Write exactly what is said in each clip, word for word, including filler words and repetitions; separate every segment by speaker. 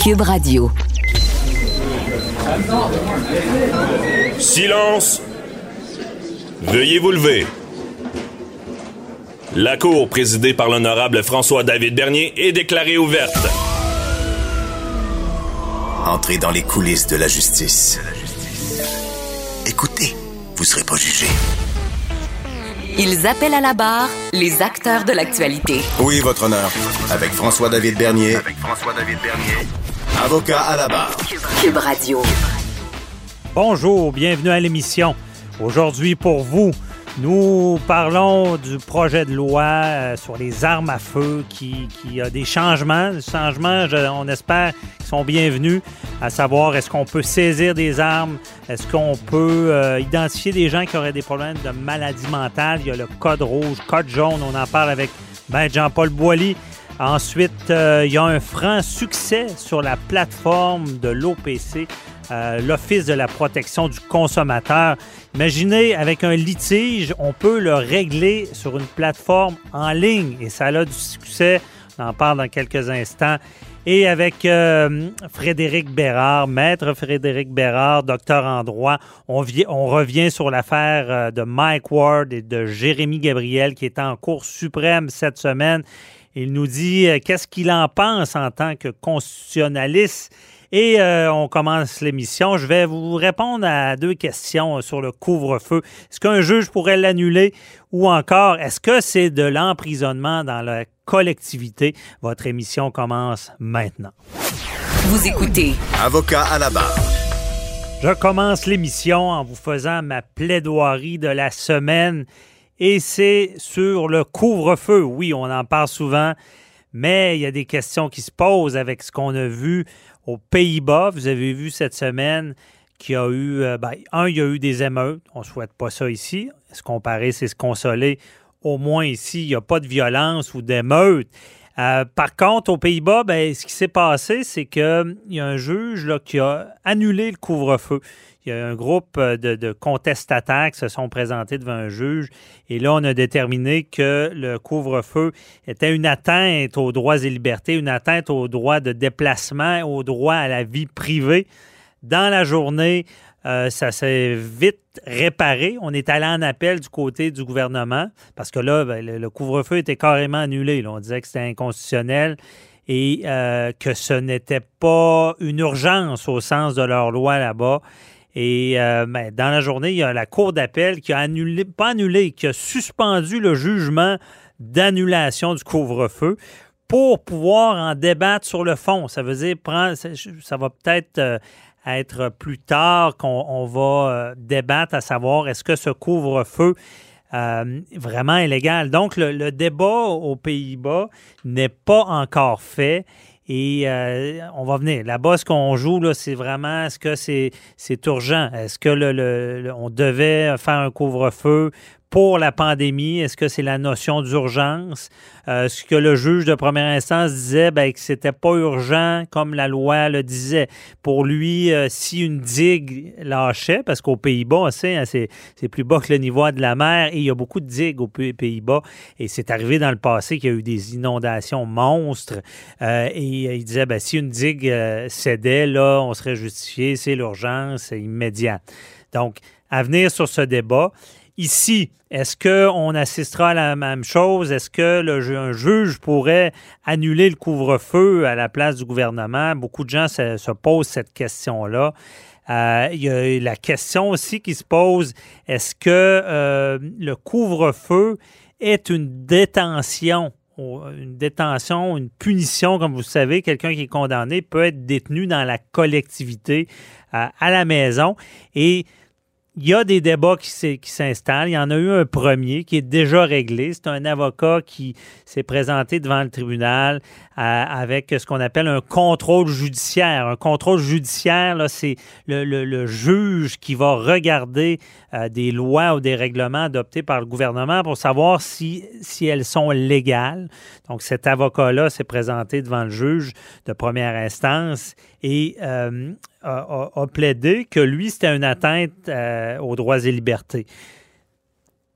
Speaker 1: Cube Radio.
Speaker 2: Silence! Veuillez vous lever. La Cour, présidée par l'honorable François-David Bernier, est déclarée ouverte.
Speaker 3: Entrez dans les coulisses de la justice. Écoutez, vous serez pas jugé.
Speaker 1: Ils appellent à la barre les acteurs de l'actualité.
Speaker 3: Oui, votre honneur. Avec François-David Bernier. Avec François-David Bernier. Avocat à la barre.
Speaker 1: Cube Radio.
Speaker 4: Bonjour, bienvenue à l'émission. Aujourd'hui, pour vous, nous parlons du projet de loi euh, sur les armes à feu qui, qui a des changements. Des changements, je, on espère, qui sont bienvenus, à savoir est-ce qu'on peut saisir des armes, est-ce qu'on peut euh, identifier des gens qui auraient des problèmes de maladie mentale. Il y a le code rouge, code jaune, on en parle avec ben, Jean-Paul Boily. Ensuite, euh, il y a un franc succès sur la plateforme de l'O P C, euh, l'Office de la protection du consommateur. Imaginez, avec un litige, on peut le régler sur une plateforme en ligne et ça a du succès. On en parle dans quelques instants. Et avec euh, Frédéric Bérard, maître Frédéric Bérard, docteur en droit, on, vi- on revient sur l'affaire euh, de Mike Ward et de Jérémy Gabriel qui est en Cour suprême cette semaine. Il nous dit euh, qu'est-ce qu'il en pense en tant que constitutionnaliste. Et euh, on commence l'émission. Je vais vous répondre à deux questions sur le couvre-feu. Est-ce qu'un juge pourrait l'annuler ou encore est-ce que c'est de l'emprisonnement dans la collectivité? Votre émission commence maintenant.
Speaker 1: Vous écoutez
Speaker 3: Avocat à la barre.
Speaker 4: Je commence l'émission en vous faisant ma plaidoirie de la semaine et c'est sur le couvre-feu. Oui, on en parle souvent, mais il y a des questions qui se posent avec ce qu'on a vu aux Pays-Bas. Vous avez vu cette semaine qu'il y a eu, euh, ben, un, il y a eu des émeutes. On ne souhaite pas ça ici. Se comparer, c'est se consoler. Au moins ici, il n'y a pas de violence ou d'émeute. Euh, par contre, aux Pays-Bas, ben, ce qui s'est passé, c'est qu'il y a un juge là, qui a annulé le couvre-feu. Il y a un groupe de, de contestataires qui se sont présentés devant un juge. Et là, on a déterminé que le couvre-feu était une atteinte aux droits et libertés, une atteinte aux droits de déplacement, aux droits à la vie privée. Dans la journée, euh, ça s'est vite réparé. On est allé en appel du côté du gouvernement parce que là, ben, le, le couvre-feu était carrément annulé. Là. On disait que c'était inconstitutionnel et euh, que ce n'était pas une urgence au sens de leur loi là-bas. Et euh, ben, dans la journée, il y a la Cour d'appel qui a annulé, pas annulé, qui a suspendu le jugement d'annulation du couvre-feu pour pouvoir en débattre sur le fond. Ça veut dire, prendre, ça va peut-être euh, être plus tard qu'on on va euh, débattre à savoir est-ce que ce couvre-feu euh, vraiment est légal. Donc, le, le débat aux Pays-Bas n'est pas encore fait. Et euh, on va venir. Là-bas, ce qu'on joue, là, c'est vraiment, est-ce que c'est, c'est urgent? Est-ce que le, le, le, on devait faire un couvre-feu pour la pandémie? Est-ce que c'est la notion d'urgence? Euh, ce que le juge de première instance disait, ben, que c'était pas urgent comme la loi le disait. Pour lui, euh, si une digue lâchait, parce qu'aux Pays-Bas, on sait, hein, c'est, c'est plus bas que le niveau de la mer et il y a beaucoup de digues aux Pays-Bas. Et c'est arrivé dans le passé qu'il y a eu des inondations monstres. Euh, et il disait, ben, si une digue euh, cédait, là, on serait justifié, c'est l'urgence, c'est immédiat. Donc, à venir sur ce débat. Ici, est-ce qu'on assistera à la même chose? Est-ce que le, un juge pourrait annuler le couvre-feu à la place du gouvernement? Beaucoup de gens se, se posent cette question-là. Euh, il y a la question aussi qui se pose, est-ce que euh, le couvre-feu est une détention? Une détention, une punition, comme vous savez, quelqu'un qui est condamné peut être détenu dans la collectivité euh, à la maison. Et il y a des débats qui, qui s'installent. Il y en a eu un premier qui est déjà réglé. C'est un avocat qui s'est présenté devant le tribunal euh, avec ce qu'on appelle un contrôle judiciaire. Un contrôle judiciaire, là, c'est le, le, le juge qui va regarder euh, des lois ou des règlements adoptés par le gouvernement pour savoir si, si elles sont légales. Donc, cet avocat-là s'est présenté devant le juge de première instance et euh, a, a, a plaidé que lui, c'était une atteinte euh, aux droits et libertés.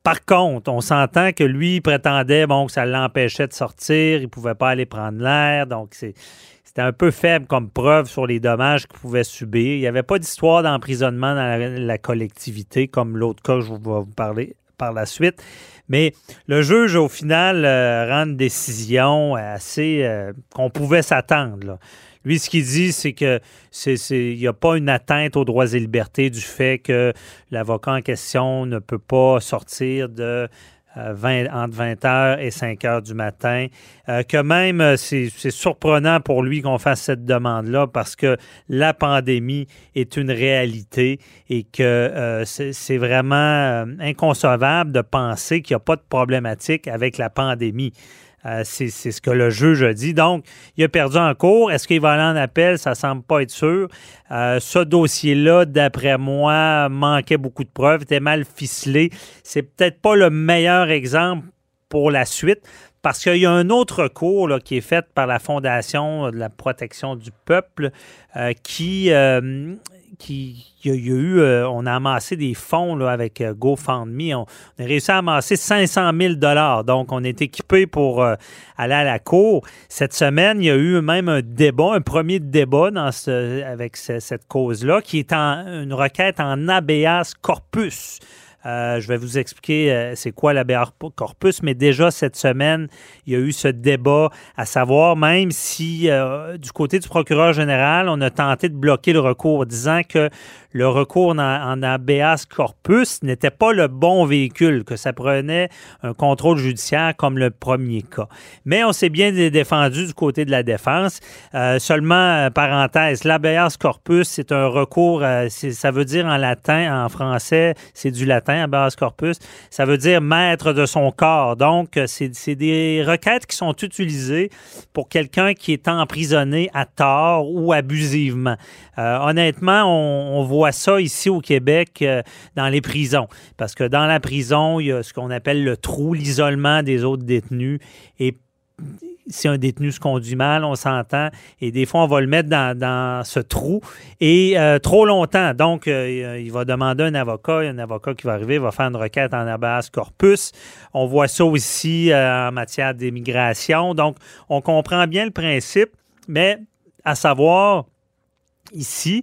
Speaker 4: Par contre, on s'entend que lui, il prétendait bon, que ça l'empêchait de sortir, il ne pouvait pas aller prendre l'air, donc c'est, c'était un peu faible comme preuve sur les dommages qu'il pouvait subir. Il n'y avait pas d'histoire d'emprisonnement dans la, la collectivité, comme l'autre cas que je vais vous parler par la suite. Mais le juge, au final, euh, rend une décision assez euh, qu'on pouvait s'attendre, là. Lui, ce qu'il dit, c'est que c'est, c'est, il n'y a pas une atteinte aux droits et libertés du fait que l'avocat en question ne peut pas sortir de euh, vingt, entre vingt heures et cinq heures du matin. Euh, que même, euh, c'est, c'est surprenant pour lui qu'on fasse cette demande-là parce que la pandémie est une réalité et que euh, c'est, c'est vraiment euh, inconcevable de penser qu'il n'y a pas de problématique avec la pandémie. Euh, c'est, c'est ce que le juge a dit. Donc, il a perdu en cours. Est-ce qu'il va aller en appel? Ça ne semble pas être sûr. Euh, ce dossier-là, d'après moi, manquait beaucoup de preuves, était mal ficelé. C'est peut-être pas le meilleur exemple pour la suite parce qu'il y a un autre recours là, qui est fait par la Fondation de la protection du peuple euh, qui... Euh, Qui, il y a, il y a eu, euh, on a amassé des fonds là, avec euh, GoFundMe. On, on a réussi à amasser cinq cent mille dollars. Donc, on est équipé pour euh, aller à la cour. Cette semaine, il y a eu même un débat, un premier débat dans ce, avec ce, cette cause-là, qui est en, une requête en habeas corpus. Euh, je vais vous expliquer euh, c'est quoi l'habeas corpus, mais déjà cette semaine, il y a eu ce débat à savoir même si euh, du côté du procureur général, on a tenté de bloquer le recours, disant que le recours en, en habeas corpus n'était pas le bon véhicule, que ça prenait un contrôle judiciaire comme le premier cas. Mais on s'est bien défendu du côté de la défense. Euh, seulement, parenthèse, l'habeas corpus, c'est un recours, euh, c'est, ça veut dire en latin, en français, c'est du latin, habeas corpus, ça veut dire maître de son corps. Donc, c'est, c'est des requêtes qui sont utilisées pour quelqu'un qui est emprisonné à tort ou abusivement. Euh, honnêtement, on, on voit ça ici au Québec euh, dans les prisons. Parce que dans la prison, il y a ce qu'on appelle le trou, l'isolement des autres détenus. Et si un détenu se conduit mal, on s'entend. Et des fois, on va le mettre dans, dans ce trou. Et euh, trop longtemps. Donc, euh, il va demander un avocat. Il y a un avocat qui va arriver, il va faire une requête en habeas corpus. On voit ça aussi euh, en matière d'immigration. Donc, on comprend bien le principe. Mais à savoir, ici,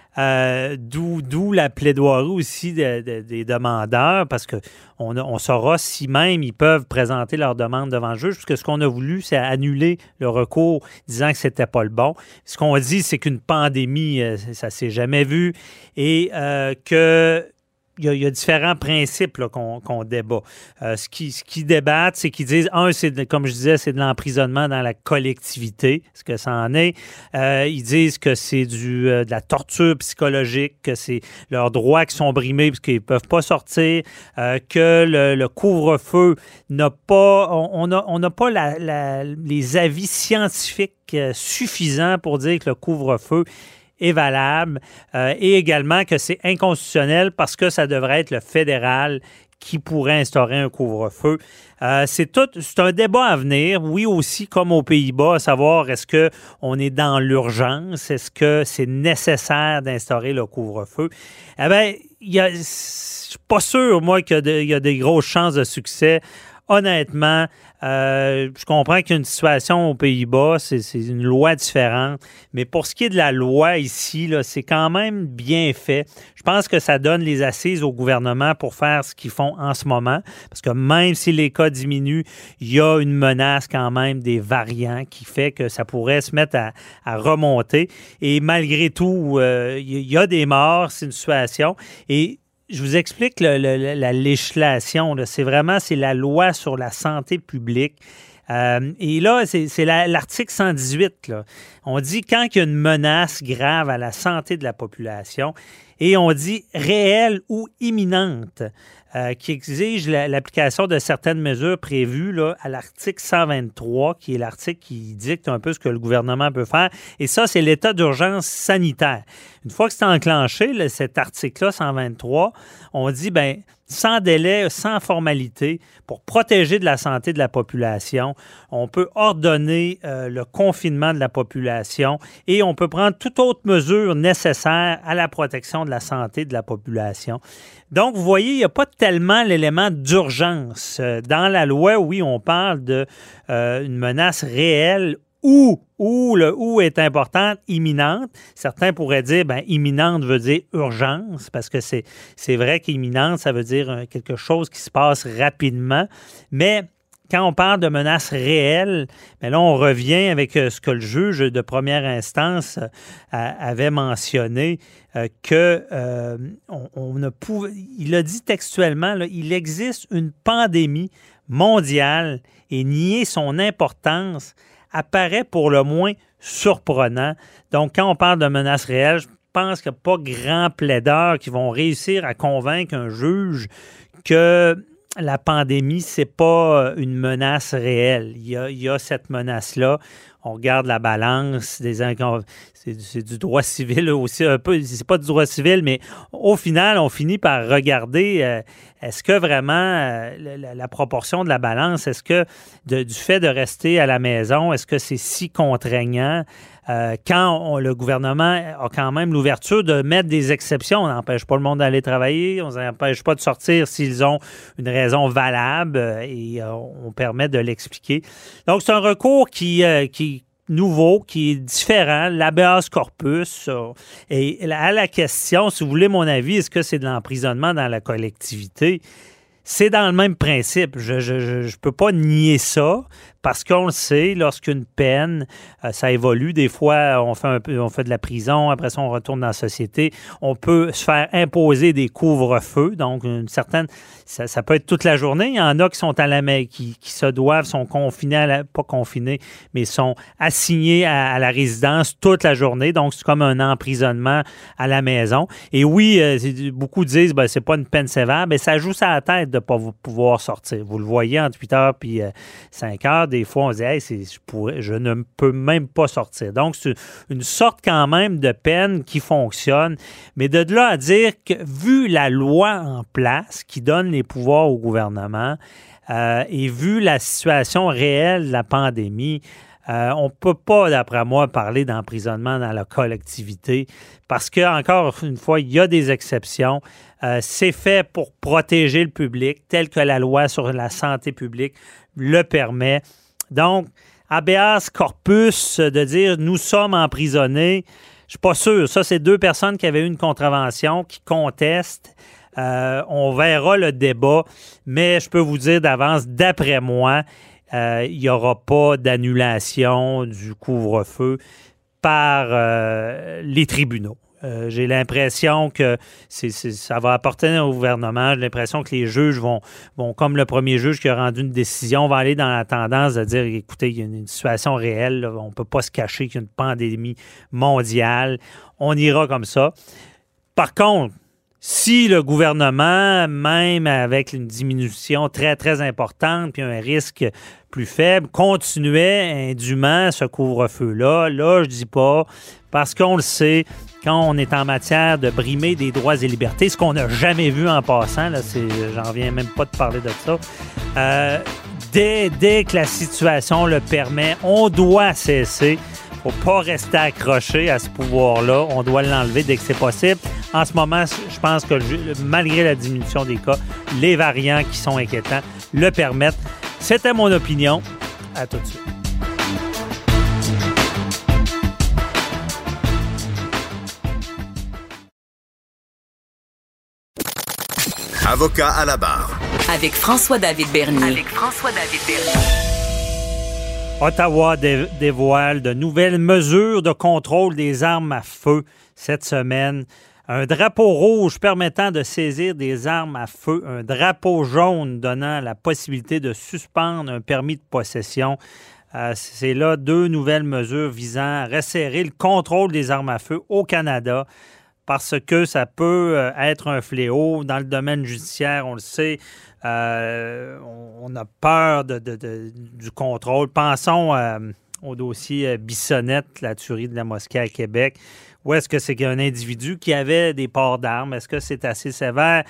Speaker 4: Euh, d'où, d'où la plaidoirie aussi de, de, des demandeurs, parce qu'on on saura si même ils peuvent présenter leur demande devant le juge, puisque ce qu'on a voulu, c'est annuler le recours disant que c'était pas le bon. Ce qu'on dit, c'est qu'une pandémie, ça s'est jamais vu, et euh, que Il y, a, il y a différents principes là, qu'on, qu'on débat. Euh, ce qu'ils ce qui débattent, c'est qu'ils disent, un, c'est de, comme je disais, c'est de l'emprisonnement dans la collectivité, ce que ça en est. Euh, ils disent que c'est du, euh, de la torture psychologique, que c'est leurs droits qui sont brimés parce qu'ils ne peuvent pas sortir, euh, que le, le couvre-feu n'a pas, on n'a on a pas la, la, les avis scientifiques euh, suffisants pour dire que le couvre-feu est valable euh, et également que c'est inconstitutionnel parce que ça devrait être le fédéral qui pourrait instaurer un couvre-feu. Euh, c'est tout, c'est un débat à venir, oui aussi comme aux Pays-Bas, à savoir est-ce qu'on est dans l'urgence, est-ce que c'est nécessaire d'instaurer le couvre-feu. Eh bien, il y a, je suis pas sûr, moi, qu'il y a, de, il y a des grosses chances de succès. Honnêtement, euh, je comprends qu'il y a une situation aux Pays-Bas, c'est, c'est une loi différente, mais pour ce qui est de la loi ici, là, c'est quand même bien fait. Je pense que ça donne les assises au gouvernement pour faire ce qu'ils font en ce moment, parce que même si les cas diminuent, il y a une menace quand même des variants qui fait que ça pourrait se mettre à, à remonter. Et malgré tout, euh, il y a des morts, c'est une situation. Et je vous explique le, le, la législation. Là. C'est vraiment c'est la loi sur la santé publique. Euh, et là, c'est, c'est la, l'article cent dix-huit. Là. On dit quand il y a une menace grave à la santé de la population et on dit réelle ou imminente euh, qui exige la, l'application de certaines mesures prévues là, à l'article cent vingt-trois, qui est l'article qui dicte un peu ce que le gouvernement peut faire. Et ça, c'est l'état d'urgence sanitaire. Une fois que c'est enclenché, là, cet article-là, cent vingt-trois, on dit, ben sans délai, sans formalité, pour protéger de la santé de la population. On peut ordonner euh, le confinement de la population et on peut prendre toute autre mesure nécessaire à la protection de la santé de la population. Donc, vous voyez, il n'y a pas tellement l'élément d'urgence. Dans la loi, oui, on parle d'une euh, menace réelle ou, ou le ou est importante, imminente. Certains pourraient dire, bien, imminente veut dire urgence, parce que c'est, c'est vrai qu'imminente, ça veut dire quelque chose qui se passe rapidement. Mais quand on parle de menace réelle, bien là, on revient avec ce que le juge de première instance euh, avait mentionné, euh, que euh, on, on ne pouvait, il a dit textuellement, là, il existe une pandémie mondiale et nier son importance apparaît pour le moins surprenant. Donc, quand on parle de menace réelle, je pense qu'il n'y a pas grand plaideurs qui vont réussir à convaincre un juge que la pandémie, c'est pas une menace réelle. Il y a, il y a cette menace-là. On regarde la balance des c'est, c'est du droit civil aussi un peu. C'est pas du droit civil, mais au final, on finit par regarder euh, est-ce que vraiment euh, la, la proportion de la balance, est-ce que de, du fait de rester à la maison, est-ce que c'est si contraignant? Euh, quand on, le gouvernement a quand même l'ouverture de mettre des exceptions, on n'empêche pas le monde d'aller travailler, on n'empêche pas de sortir s'ils ont une raison valable euh, et euh, on permet de l'expliquer. Donc, c'est un recours qui, euh, qui nouveau, qui est différent, l'habeas corpus. Euh, et à la question, si vous voulez mon avis, est-ce que c'est de l'emprisonnement dans la collectivité? C'est dans le même principe. Je je, je peux pas nier ça parce qu'on le sait, lorsqu'une peine, euh, ça évolue. Des fois, on fait, un peu, on fait de la prison, après ça, on retourne dans la société. On peut se faire imposer des couvre-feux, donc une certaine... Ça, ça peut être toute la journée. Il y en a qui sont à la main, qui, qui se doivent, sont confinés, à la, pas confinés, mais sont assignés à, à la résidence toute la journée. Donc, c'est comme un emprisonnement à la maison. Et oui, euh, beaucoup disent, ben, c'est pas une peine sévère, mais ça joue ça à la tête de ne pas pouvoir sortir. Vous le voyez entre huit heures puis euh, cinq heures, des fois, on se dit hey, c'est, je, pourrais, je ne peux même pas sortir. Donc, c'est une sorte quand même de peine qui fonctionne. Mais de là à dire que, vu la loi en place qui donne les pouvoirs au gouvernement euh, et vu la situation réelle de la pandémie, Euh, on ne peut pas, d'après moi, parler d'emprisonnement dans la collectivité parce que, encore une fois, il y a des exceptions. Euh, c'est fait pour protéger le public, tel que la loi sur la santé publique le permet. Donc, habeas corpus, de dire « nous sommes emprisonnés », je ne suis pas sûr. Ça, c'est deux personnes qui avaient eu une contravention, qui contestent. Euh, on verra le débat, mais je peux vous dire d'avance, d'après moi, Euh, il n'y aura pas d'annulation du couvre-feu par euh, les tribunaux. Euh, j'ai l'impression que c'est, c'est, ça va appartenir au gouvernement. J'ai l'impression que les juges vont, vont, comme le premier juge qui a rendu une décision, va aller dans la tendance de dire, écoutez, il y a une situation réelle, là, on ne peut pas se cacher qu'il y a une pandémie mondiale. On ira comme ça. Par contre, si le gouvernement, même avec une diminution très, très importante puis un risque plus faible, continuait indûment ce couvre-feu-là, là, je dis pas, parce qu'on le sait, quand on est en matière de brimer des droits et libertés, ce qu'on n'a jamais vu en passant, là, c'est, j'en viens même pas de parler de ça, euh, dès, dès que la situation le permet, on doit cesser. Il ne faut pas rester accroché à ce pouvoir-là. On doit l'enlever dès que c'est possible. En ce moment, je pense que malgré la diminution des cas, les variants qui sont inquiétants le permettent. C'était mon opinion. À tout de suite.
Speaker 3: Avocat à la barre.
Speaker 1: Avec François-David Bernier.
Speaker 5: Avec François-David Bernier.
Speaker 4: Ottawa dé- dévoile de nouvelles mesures de contrôle des armes à feu cette semaine. Un drapeau rouge permettant de saisir des armes à feu, un drapeau jaune donnant la possibilité de suspendre un permis de possession. Euh, c'est là deux nouvelles mesures visant à resserrer le contrôle des armes à feu au Canada parce que ça peut être un fléau dans le domaine judiciaire, on le sait. Euh, on a peur de, de, de, du contrôle. Pensons euh, au dossier Bissonnette, la tuerie de la mosquée à Québec. Où est-ce que c'est qu'un individu qui avait des ports d'armes? Est-ce que c'est assez sévère?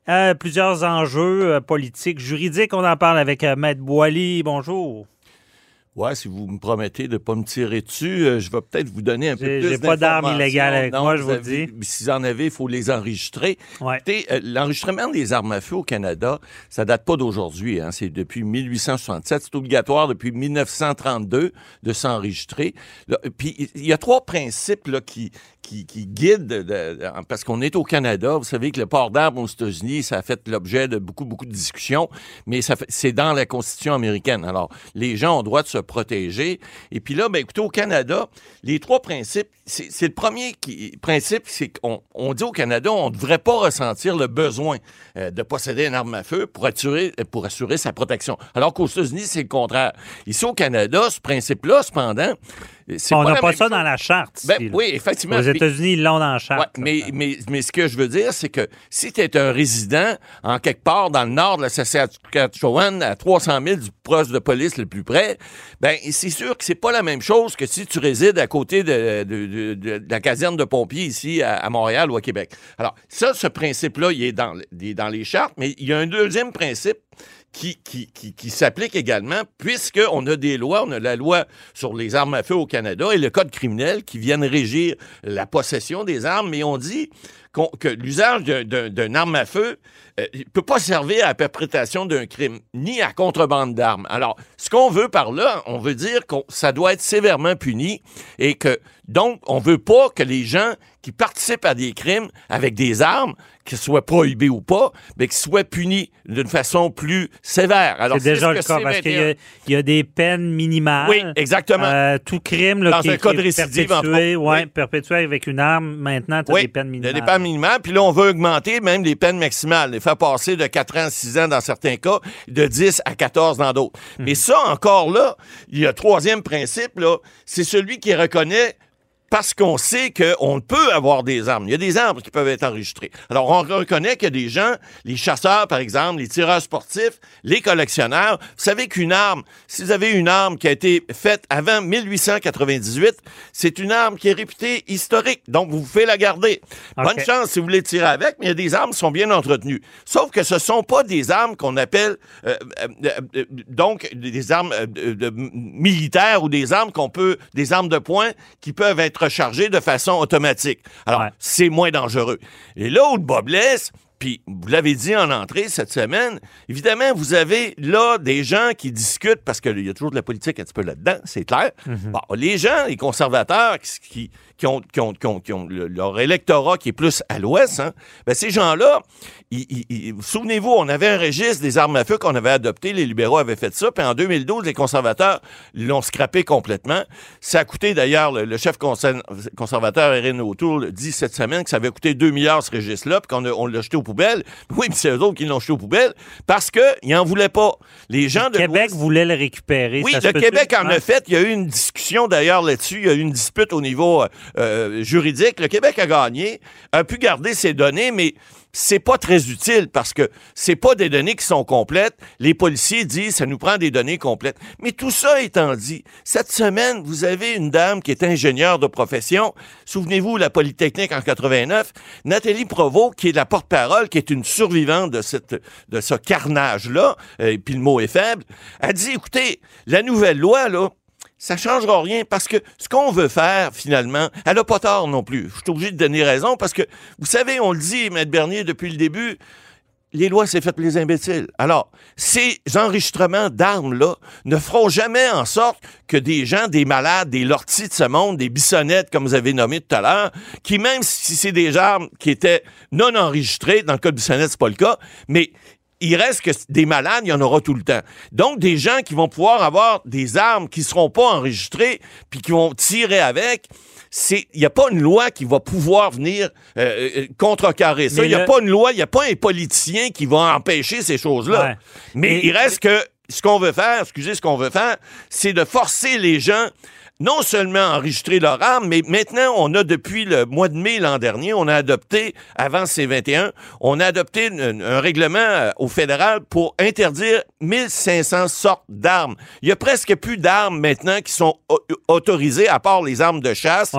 Speaker 4: Euh, plusieurs enjeux euh, politiques, juridiques. On en parle avec euh, Maître Boily. Bonjour.
Speaker 6: Ouais, si vous me promettez de ne pas me tirer dessus, euh, je vais peut-être vous donner un peu
Speaker 4: J'ai,
Speaker 6: plus
Speaker 4: j'ai pas d'armes illégales avec
Speaker 6: non,
Speaker 4: moi, je vous, vous
Speaker 6: avez,
Speaker 4: dis.
Speaker 6: Si vous en avez, il faut les enregistrer.
Speaker 4: Ouais.
Speaker 6: Écoutez, euh, l'enregistrement des armes à feu au Canada, ça date pas d'aujourd'hui. Hein, c'est depuis dix-huit cent soixante-sept. C'est obligatoire depuis dix-neuf cent trente-deux de s'enregistrer. Là, puis il y a trois principes là, qui, qui, qui guident, de, de, parce qu'on est au Canada. Vous savez que le port d'armes aux États-Unis, ça a fait l'objet de beaucoup, beaucoup de discussions, mais ça fait, c'est dans la Constitution américaine. Alors, les gens ont le droit de se protéger. Et puis là, ben, écoutez, au Canada, les trois principes, c'est, c'est le premier qui, principe, c'est qu'on on dit au Canada, on ne devrait pas ressentir le besoin euh, de posséder une arme à feu pour assurer, pour assurer sa protection. Alors qu'aux États-Unis, c'est le contraire. Ici, au Canada, ce principe-là, cependant, c'est
Speaker 4: on
Speaker 6: pas
Speaker 4: n'a
Speaker 6: la
Speaker 4: pas
Speaker 6: même
Speaker 4: ça
Speaker 6: chose.
Speaker 4: dans la charte.
Speaker 6: Ben,
Speaker 4: ici, là.
Speaker 6: oui, effectivement.
Speaker 4: Aux États-Unis, ils l'ont dans la charte.
Speaker 6: Ouais, mais, mais, mais ce que je veux dire, c'est que si tu es un résident en quelque part dans le nord de la Saskatchewan, à trois cents mille du poste de police le plus près, ben c'est sûr que c'est pas la même chose que si tu résides à côté de, de, de, de, de la caserne de pompiers ici à, à Montréal ou à Québec. Alors, ça, ce principe-là, il est dans, il est dans les chartes, mais il y a un deuxième principe Qui, qui, qui, qui s'applique également, puisqu'on a des lois, on a la loi sur les armes à feu au Canada et le code criminel qui viennent régir la possession des armes, mais on dit qu'on, que l'usage d'un, d'un, d'un arme à feu ne euh, peut pas servir à la perpétration d'un crime, ni à contrebande d'armes. Alors, ce qu'on veut par là, on veut dire que ça doit être sévèrement puni et que, donc, on veut pas que les gens qui participent à des crimes avec des armes, qu'ils soient prohibés ou pas, mais qu'ils soient punis d'une façon plus sévère. Alors,
Speaker 4: c'est déjà
Speaker 6: c'est
Speaker 4: le cas,
Speaker 6: c'est
Speaker 4: parce
Speaker 6: vingt et un.
Speaker 4: qu'il y a, il y a des peines minimales.
Speaker 6: Oui, exactement.
Speaker 4: Euh, tout crime là,
Speaker 6: Dans
Speaker 4: qui,
Speaker 6: un
Speaker 4: qui
Speaker 6: cas de
Speaker 4: est
Speaker 6: récidive, entre
Speaker 4: perpétué,
Speaker 6: autres.
Speaker 4: ouais,
Speaker 6: Oui.
Speaker 4: perpétué avec une arme, maintenant, tu as
Speaker 6: Oui,
Speaker 4: des peines
Speaker 6: il y
Speaker 4: minimales.
Speaker 6: a des peines minimales. Puis là, on veut augmenter même les peines maximales, les faire passer de quatre ans à six ans dans certains cas, de dix à quatorze dans d'autres.
Speaker 4: Mmh.
Speaker 6: Mais ça, encore là, il y a un troisième principe, là, c'est celui qui reconnaît parce qu'on sait qu'on peut avoir des armes. Il y a des armes qui peuvent être enregistrées. Alors, on reconnaît qu'il y a des gens, les chasseurs, par exemple, les tireurs sportifs, les collectionneurs. Vous savez qu'une arme, si vous avez une arme qui a été faite avant dix-huit cent quatre-vingt-dix-huit, c'est une arme qui est réputée historique. Donc, vous pouvez la garder.
Speaker 4: Okay.
Speaker 6: Bonne chance si vous voulez tirer avec, mais il y a des armes qui sont bien entretenues. Sauf que ce ne sont pas des armes qu'on appelle, euh, euh, euh, donc, des armes euh, de, de, militaires ou des armes qu'on peut, des armes de poing qui peuvent être rechargé de façon automatique. Alors, ouais. c'est moins dangereux. Et là où le bas blesse, puis vous l'avez dit en entrée cette semaine, évidemment, vous avez là des gens qui discutent, parce qu'il y a toujours de la politique un petit peu là-dedans, c'est clair. Mm-hmm. Bon, les gens, les conservateurs qui, qui, qui ont, qui ont, qui ont, qui ont le, leur électorat qui est plus à l'ouest, hein, ben ces gens-là, ils, ils, ils, souvenez-vous, on avait un registre des armes à feu qu'on avait adopté, les libéraux avaient fait ça, puis en deux mille douze, les conservateurs l'ont scrappé complètement. Ça a coûté d'ailleurs, le, le chef conservateur Erin O'Toole dit cette semaine que ça avait coûté deux milliards ce registre-là, puis qu'on a, on l'a jeté au poubelles. Oui, mais c'est eux autres qui l'ont jeté aux poubelles parce qu'ils n'en voulaient pas. Les gens
Speaker 4: le
Speaker 6: de
Speaker 4: Québec
Speaker 6: l'Ouest...
Speaker 4: voulait le récupérer.
Speaker 6: Oui,
Speaker 4: ça
Speaker 6: le Québec en a fait. Il y a eu une discussion d'ailleurs là-dessus. Il y a eu une dispute au niveau euh, juridique. Le Québec a gagné, a pu garder ses données, mais c'est pas très utile parce que c'est pas des données qui sont complètes. Les policiers disent ça nous prend des données complètes. Mais tout ça étant dit, cette semaine, vous avez une dame qui est ingénieure de profession. Souvenez-vous, la Polytechnique en quatre-vingt-neuf, Nathalie Provost, qui est la porte-parole, qui est une survivante de cette de ce carnage-là, et puis le mot est faible, a dit, écoutez, la nouvelle loi, là, ça ne changera rien parce que ce qu'on veut faire, finalement, elle n'a pas tort non plus. Je suis obligé de donner raison parce que, vous savez, on le dit, Maître Bernier, depuis le début, les lois, c'est fait pour les imbéciles. Alors, ces enregistrements d'armes-là ne feront jamais en sorte que des gens, des malades, des lorties de ce monde, des bissonnettes, comme vous avez nommé tout à l'heure, qui, même si c'est des armes qui étaient non enregistrées, dans le cas de bissonnettes, c'est pas le cas, mais il reste que des malades, il y en aura tout le temps. Donc, des gens qui vont pouvoir avoir des armes qui ne seront pas enregistrées puis qui vont tirer avec, il n'y a pas une loi qui va pouvoir venir euh, contrecarrer ça. Il n'y a le... pas une loi, il n'y a pas un politicien qui va empêcher ces choses-là. Ouais. Mais Et... il reste que ce qu'on veut faire, excusez, ce qu'on veut faire, c'est de forcer les gens non seulement à enregistrer leur arme, mais maintenant, on a depuis le mois de mai l'an dernier, on a adopté, avant C vingt et un, on a adopté un, un règlement au fédéral pour interdire mille cinq cents sortes d'armes. Il y a presque plus d'armes maintenant qui sont autorisées, à part les armes de chasse.
Speaker 4: Ouais.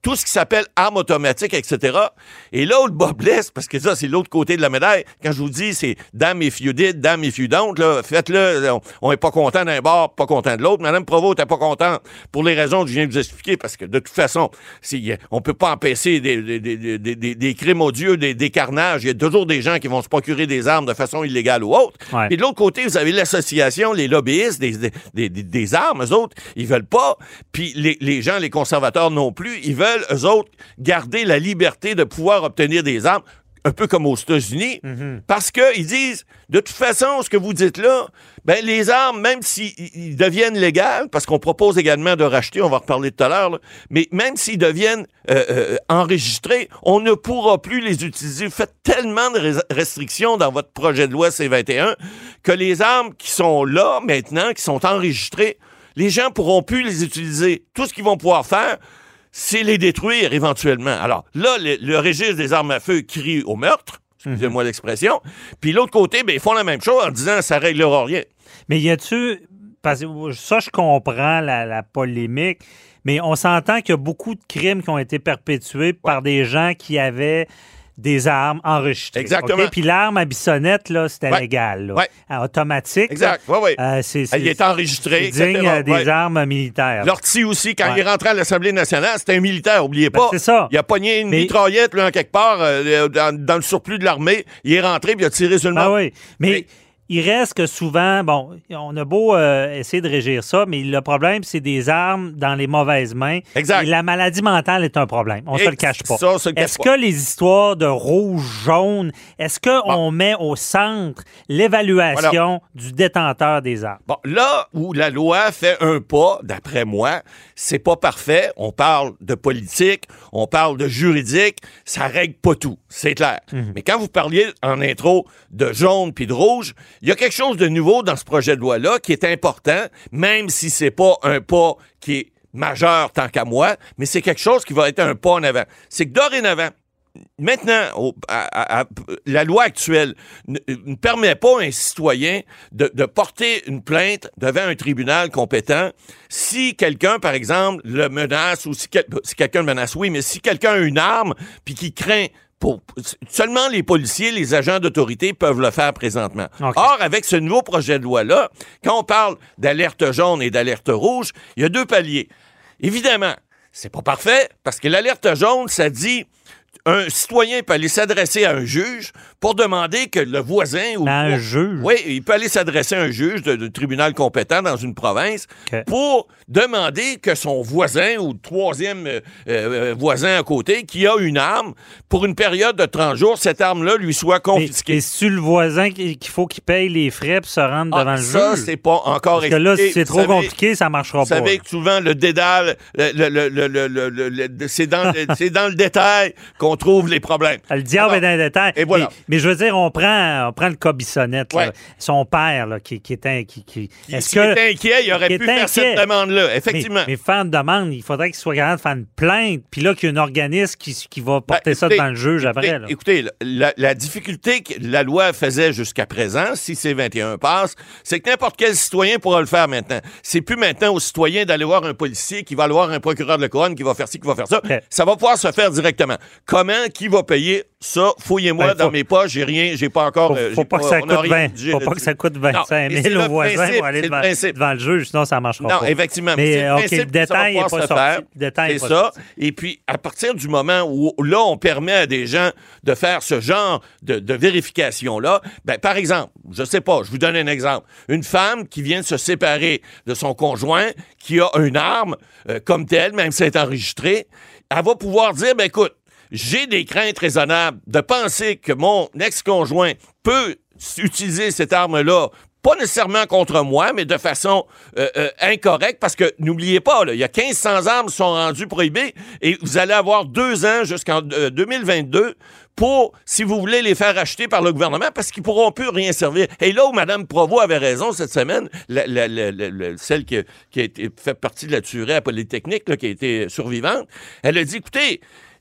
Speaker 6: tout ce qui s'appelle armes automatiques, et cetera. Et là où le bas blesse, parce que ça, c'est l'autre côté de la médaille, quand je vous dis, c'est damn if you did, damn if you don't, là, faites-le, on n'est pas content d'un bord, pas content de l'autre. Madame Provost n'était pas contente pour les raisons que je viens de vous expliquer, parce que de toute façon, on ne peut pas empêcher des, des, des, des, des, des crimes odieux, des, des carnages. Il y a toujours des gens qui vont se procurer des armes de façon illégale ou autre.
Speaker 4: Ouais.
Speaker 6: Puis de l'autre côté, vous avez l'association, les lobbyistes des, des, des, des armes, eux autres, ils veulent pas. Puis les, les gens, les conservateurs non plus, ils veulent eux autres, garder la liberté de pouvoir obtenir des armes, un peu comme aux États-Unis, mm-hmm. parce qu'ils disent, de toute façon, ce que vous dites là, ben les armes, même s'ils deviennent légales, parce qu'on propose également de racheter, on va en reparler tout à l'heure, là, mais même s'ils deviennent euh, euh, enregistrés, on ne pourra plus les utiliser. Vous faites tellement de res- restrictions dans votre projet de loi C vingt et un que les armes qui sont là maintenant, qui sont enregistrées, les gens pourront plus les utiliser. Tout ce qu'ils vont pouvoir faire, c'est les détruire éventuellement. Alors là, le, le registre des armes à feu crie au meurtre, excusez-moi mm-hmm. l'expression, puis l'autre côté, ben, ils font la même chose en disant ça réglera rien.
Speaker 4: Mais y a-tu, parce que ça je comprends la, la polémique, mais on s'entend qu'il y a beaucoup de crimes qui ont été perpétués ouais. par des gens qui avaient des armes enregistrées.
Speaker 6: Exactement.
Speaker 4: Okay? Puis l'arme à bissonnette, là, c'était
Speaker 6: ouais.
Speaker 4: légal. Là.
Speaker 6: Ouais.
Speaker 4: automatique.
Speaker 6: Exact, oui, oui.
Speaker 4: Euh, c'est, c'est,
Speaker 6: il est enregistré,
Speaker 4: c'est digne
Speaker 6: euh,
Speaker 4: des
Speaker 6: ouais.
Speaker 4: armes militaires.
Speaker 6: L'ortie aussi, quand
Speaker 4: ouais.
Speaker 6: il est rentré à l'Assemblée nationale, c'était un militaire, n'oubliez pas.
Speaker 4: Ben, c'est ça.
Speaker 6: Il a pogné une
Speaker 4: Mais...
Speaker 6: mitraillette, là, en quelque part, euh, dans, dans le surplus de l'armée. Il est rentré, puis il a tiré sur le monde.
Speaker 4: Ah oui, mais...
Speaker 6: mais
Speaker 4: il reste que souvent, bon, on a beau euh, essayer de régir ça, mais le problème, c'est des armes dans les mauvaises mains.
Speaker 6: Exact.
Speaker 4: Et la maladie mentale est un problème. On ne se le cache pas.
Speaker 6: Ça, se le cache
Speaker 4: est-ce
Speaker 6: pas.
Speaker 4: que les histoires de rouge, jaune, est-ce qu'on bon. met au centre l'évaluation voilà. du détenteur des armes?
Speaker 6: Bon, là où la loi fait un pas, d'après moi, c'est pas parfait. On parle de politique, on parle de juridique, ça règle pas tout, c'est clair. Mm-hmm. Mais quand vous parliez en intro de jaune puis de rouge, il y a quelque chose de nouveau dans ce projet de loi-là qui est important, même si c'est pas un pas qui est majeur tant qu'à moi, mais c'est quelque chose qui va être un pas en avant. C'est que dorénavant, maintenant, au, à, à, la loi actuelle ne, ne permet pas à un citoyen de, de porter une plainte devant un tribunal compétent si quelqu'un, par exemple, le menace ou si, quel, si quelqu'un le menace, oui, mais si quelqu'un a une arme puis qui craint Pour, seulement les policiers, les agents d'autorité peuvent le faire présentement. Okay. Or, avec ce nouveau projet de loi-là, quand on parle d'alerte jaune et d'alerte rouge, il y a deux paliers. Évidemment, c'est pas parfait, parce que l'alerte jaune, ça dit un citoyen peut aller s'adresser à un juge pour demander que le voisin... ou
Speaker 4: Un
Speaker 6: pour,
Speaker 4: juge?
Speaker 6: Oui, il peut aller s'adresser à un juge de, de tribunal compétent dans une province
Speaker 4: okay.
Speaker 6: pour demander que son voisin ou troisième euh, euh, voisin à côté qui a une arme, pour une période de trente jours, cette arme-là lui soit confisquée.
Speaker 4: Et c'est-tu le voisin qu'il faut qu'il paye les frais pour se rendre
Speaker 6: ah,
Speaker 4: devant le
Speaker 6: ça,
Speaker 4: juge?
Speaker 6: Ça, c'est pas encore
Speaker 4: Parce que là, si c'est trop
Speaker 6: savez,
Speaker 4: compliqué, ça marchera
Speaker 6: vous
Speaker 4: pas.
Speaker 6: Vous savez que souvent, le dédale, le, le, le, le, le, le, le, c'est, dans, c'est dans le détail qu'on trouve les problèmes.
Speaker 4: Le diable Alors, est dans les détails.
Speaker 6: Et voilà.
Speaker 4: Mais, mais je veux dire, on prend, on prend le cas Bissonnette,
Speaker 6: ouais.
Speaker 4: là, son père, là, qui, qui est qui, qui,
Speaker 6: est-ce qui que, est inquiet, il aurait pu faire inquiet. cette demande-là, effectivement.
Speaker 4: Mais, mais faire une demande, il faudrait qu'il soit capable de faire une plainte, puis là, qu'il y a un organisme qui, qui va porter ben, écoutez, ça devant le juge après.
Speaker 6: Écoutez,
Speaker 4: là.
Speaker 6: écoutez la, la difficulté que la loi faisait jusqu'à présent, si C vingt et un passe, c'est que n'importe quel citoyen pourra le faire maintenant. C'est plus maintenant au citoyen d'aller voir un policier qui va aller voir un procureur de la couronne qui va faire ci, qui va faire ça. Okay. Ça va pouvoir se faire directement. Comment, qui va payer ça? Fouillez-moi ben, dans faut... mes poches, j'ai rien, j'ai pas encore...
Speaker 4: Faut,
Speaker 6: euh,
Speaker 4: faut pas,
Speaker 6: pas
Speaker 4: que ça coûte vingt. Faut pas que ça coûte vingt-cinq mille au voisin pour aller devant, devant le juge, sinon ça marchera
Speaker 6: non,
Speaker 4: pas.
Speaker 6: Non, effectivement.
Speaker 4: Mais,
Speaker 6: c'est
Speaker 4: euh,
Speaker 6: le
Speaker 4: OK, le détail n'est pas sorti.
Speaker 6: Faire,
Speaker 4: détail
Speaker 6: c'est
Speaker 4: pas
Speaker 6: ça.
Speaker 4: Sorti.
Speaker 6: Et puis, à partir du moment où, là, on permet à des gens de faire ce genre de, de vérification-là, ben, par exemple, je sais pas, je vous donne un exemple. Une femme qui vient de se séparer de son conjoint, qui a une arme euh, comme telle, même si elle est enregistrée, elle va pouvoir dire, ben écoute, j'ai des craintes raisonnables de penser que mon ex-conjoint peut utiliser cette arme-là, pas nécessairement contre moi, mais de façon euh, euh, incorrecte, parce que, n'oubliez pas, là, il y a mille cinq cents armes qui sont rendues prohibées, et vous allez avoir deux ans jusqu'en euh, deux mille vingt-deux pour, si vous voulez, les faire acheter par le gouvernement, parce qu'ils pourront plus rien servir. Et là où Mme Provost avait raison cette semaine, la, la, la, la, la, celle qui, qui a été, fait partie de la tuerie à Polytechnique, là, qui a été survivante, elle a dit, écoutez,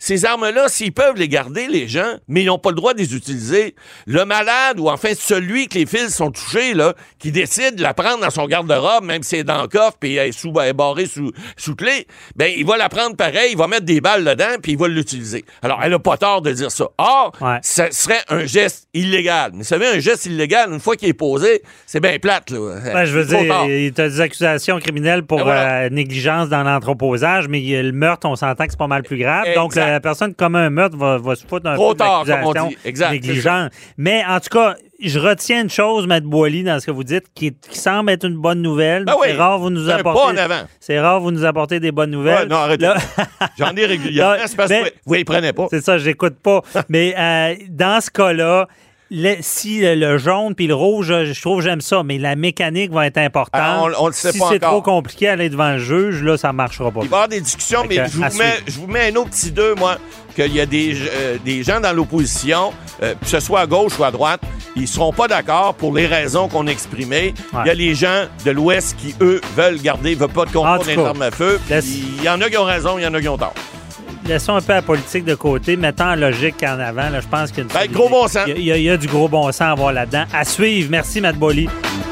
Speaker 6: ces armes-là, s'ils peuvent les garder, les gens, mais ils n'ont pas le droit de les utiliser, le malade ou enfin celui que les fils sont touchés, là, qui décide de la prendre dans son garde-robe, même si c'est dans le coffre puis elle est, sous, elle est barrée sous, sous clé, ben il va la prendre pareil, il va mettre des balles dedans puis il va l'utiliser. Alors, elle n'a pas tort de dire ça. Or, ouais. ça serait un geste illégal. Mais vous savez, un geste illégal, une fois qu'il est posé, c'est bien plate, là.
Speaker 4: Ben, je veux dire, tard. Il y a des accusations criminelles pour ben voilà. euh, négligence dans l'entreposage, mais le meurtre, on s'entend que c'est pas mal plus grave. Exact. Donc, la, la personne qui commet un meurtre va, va se foutre d'un
Speaker 6: Trop
Speaker 4: peu
Speaker 6: tard, comme on dit.
Speaker 4: Exact, négligence. Mais en tout cas, je retiens une chose, M. Boily, dans ce que vous dites, qui, qui semble être une bonne nouvelle. Ben oui, c'est rare vous nous apportez. C'est rare vous nous apportez des bonnes nouvelles.
Speaker 6: Ouais, non, arrêtez. Là... J'en ai régulièrement. C'est parce que vous ne prenez pas.
Speaker 4: C'est ça, je n'écoute pas. Mais euh, dans ce cas-là, Le, si le jaune puis le rouge, je trouve j'aime ça, mais la mécanique va être importante.
Speaker 6: Alors, on, on le sait
Speaker 4: si
Speaker 6: pas
Speaker 4: c'est
Speaker 6: encore.
Speaker 4: trop compliqué à aller devant le juge, là, ça ne marchera pas.
Speaker 6: Il va y avoir des discussions, mais je vous, mets, je vous mets un autre petit deux, moi, qu'il y a des, euh, des gens dans l'opposition, euh, que ce soit à gauche ou à droite, ils ne seront pas d'accord pour les raisons qu'on a exprimées. Ouais. Il y a les gens de l'Ouest qui, eux, veulent garder, ne veulent pas de confort des armes à feu. Laisse... Il y en a qui ont raison, il y en a qui ont tort.
Speaker 4: Laissons un peu la politique de côté, mettons la logique en avant. Là, je pense qu'il y a,
Speaker 6: ben, gros bon sens.
Speaker 4: Il y, a, il y a du gros bon sens à avoir là-dedans. À suivre. Merci, M. Boily.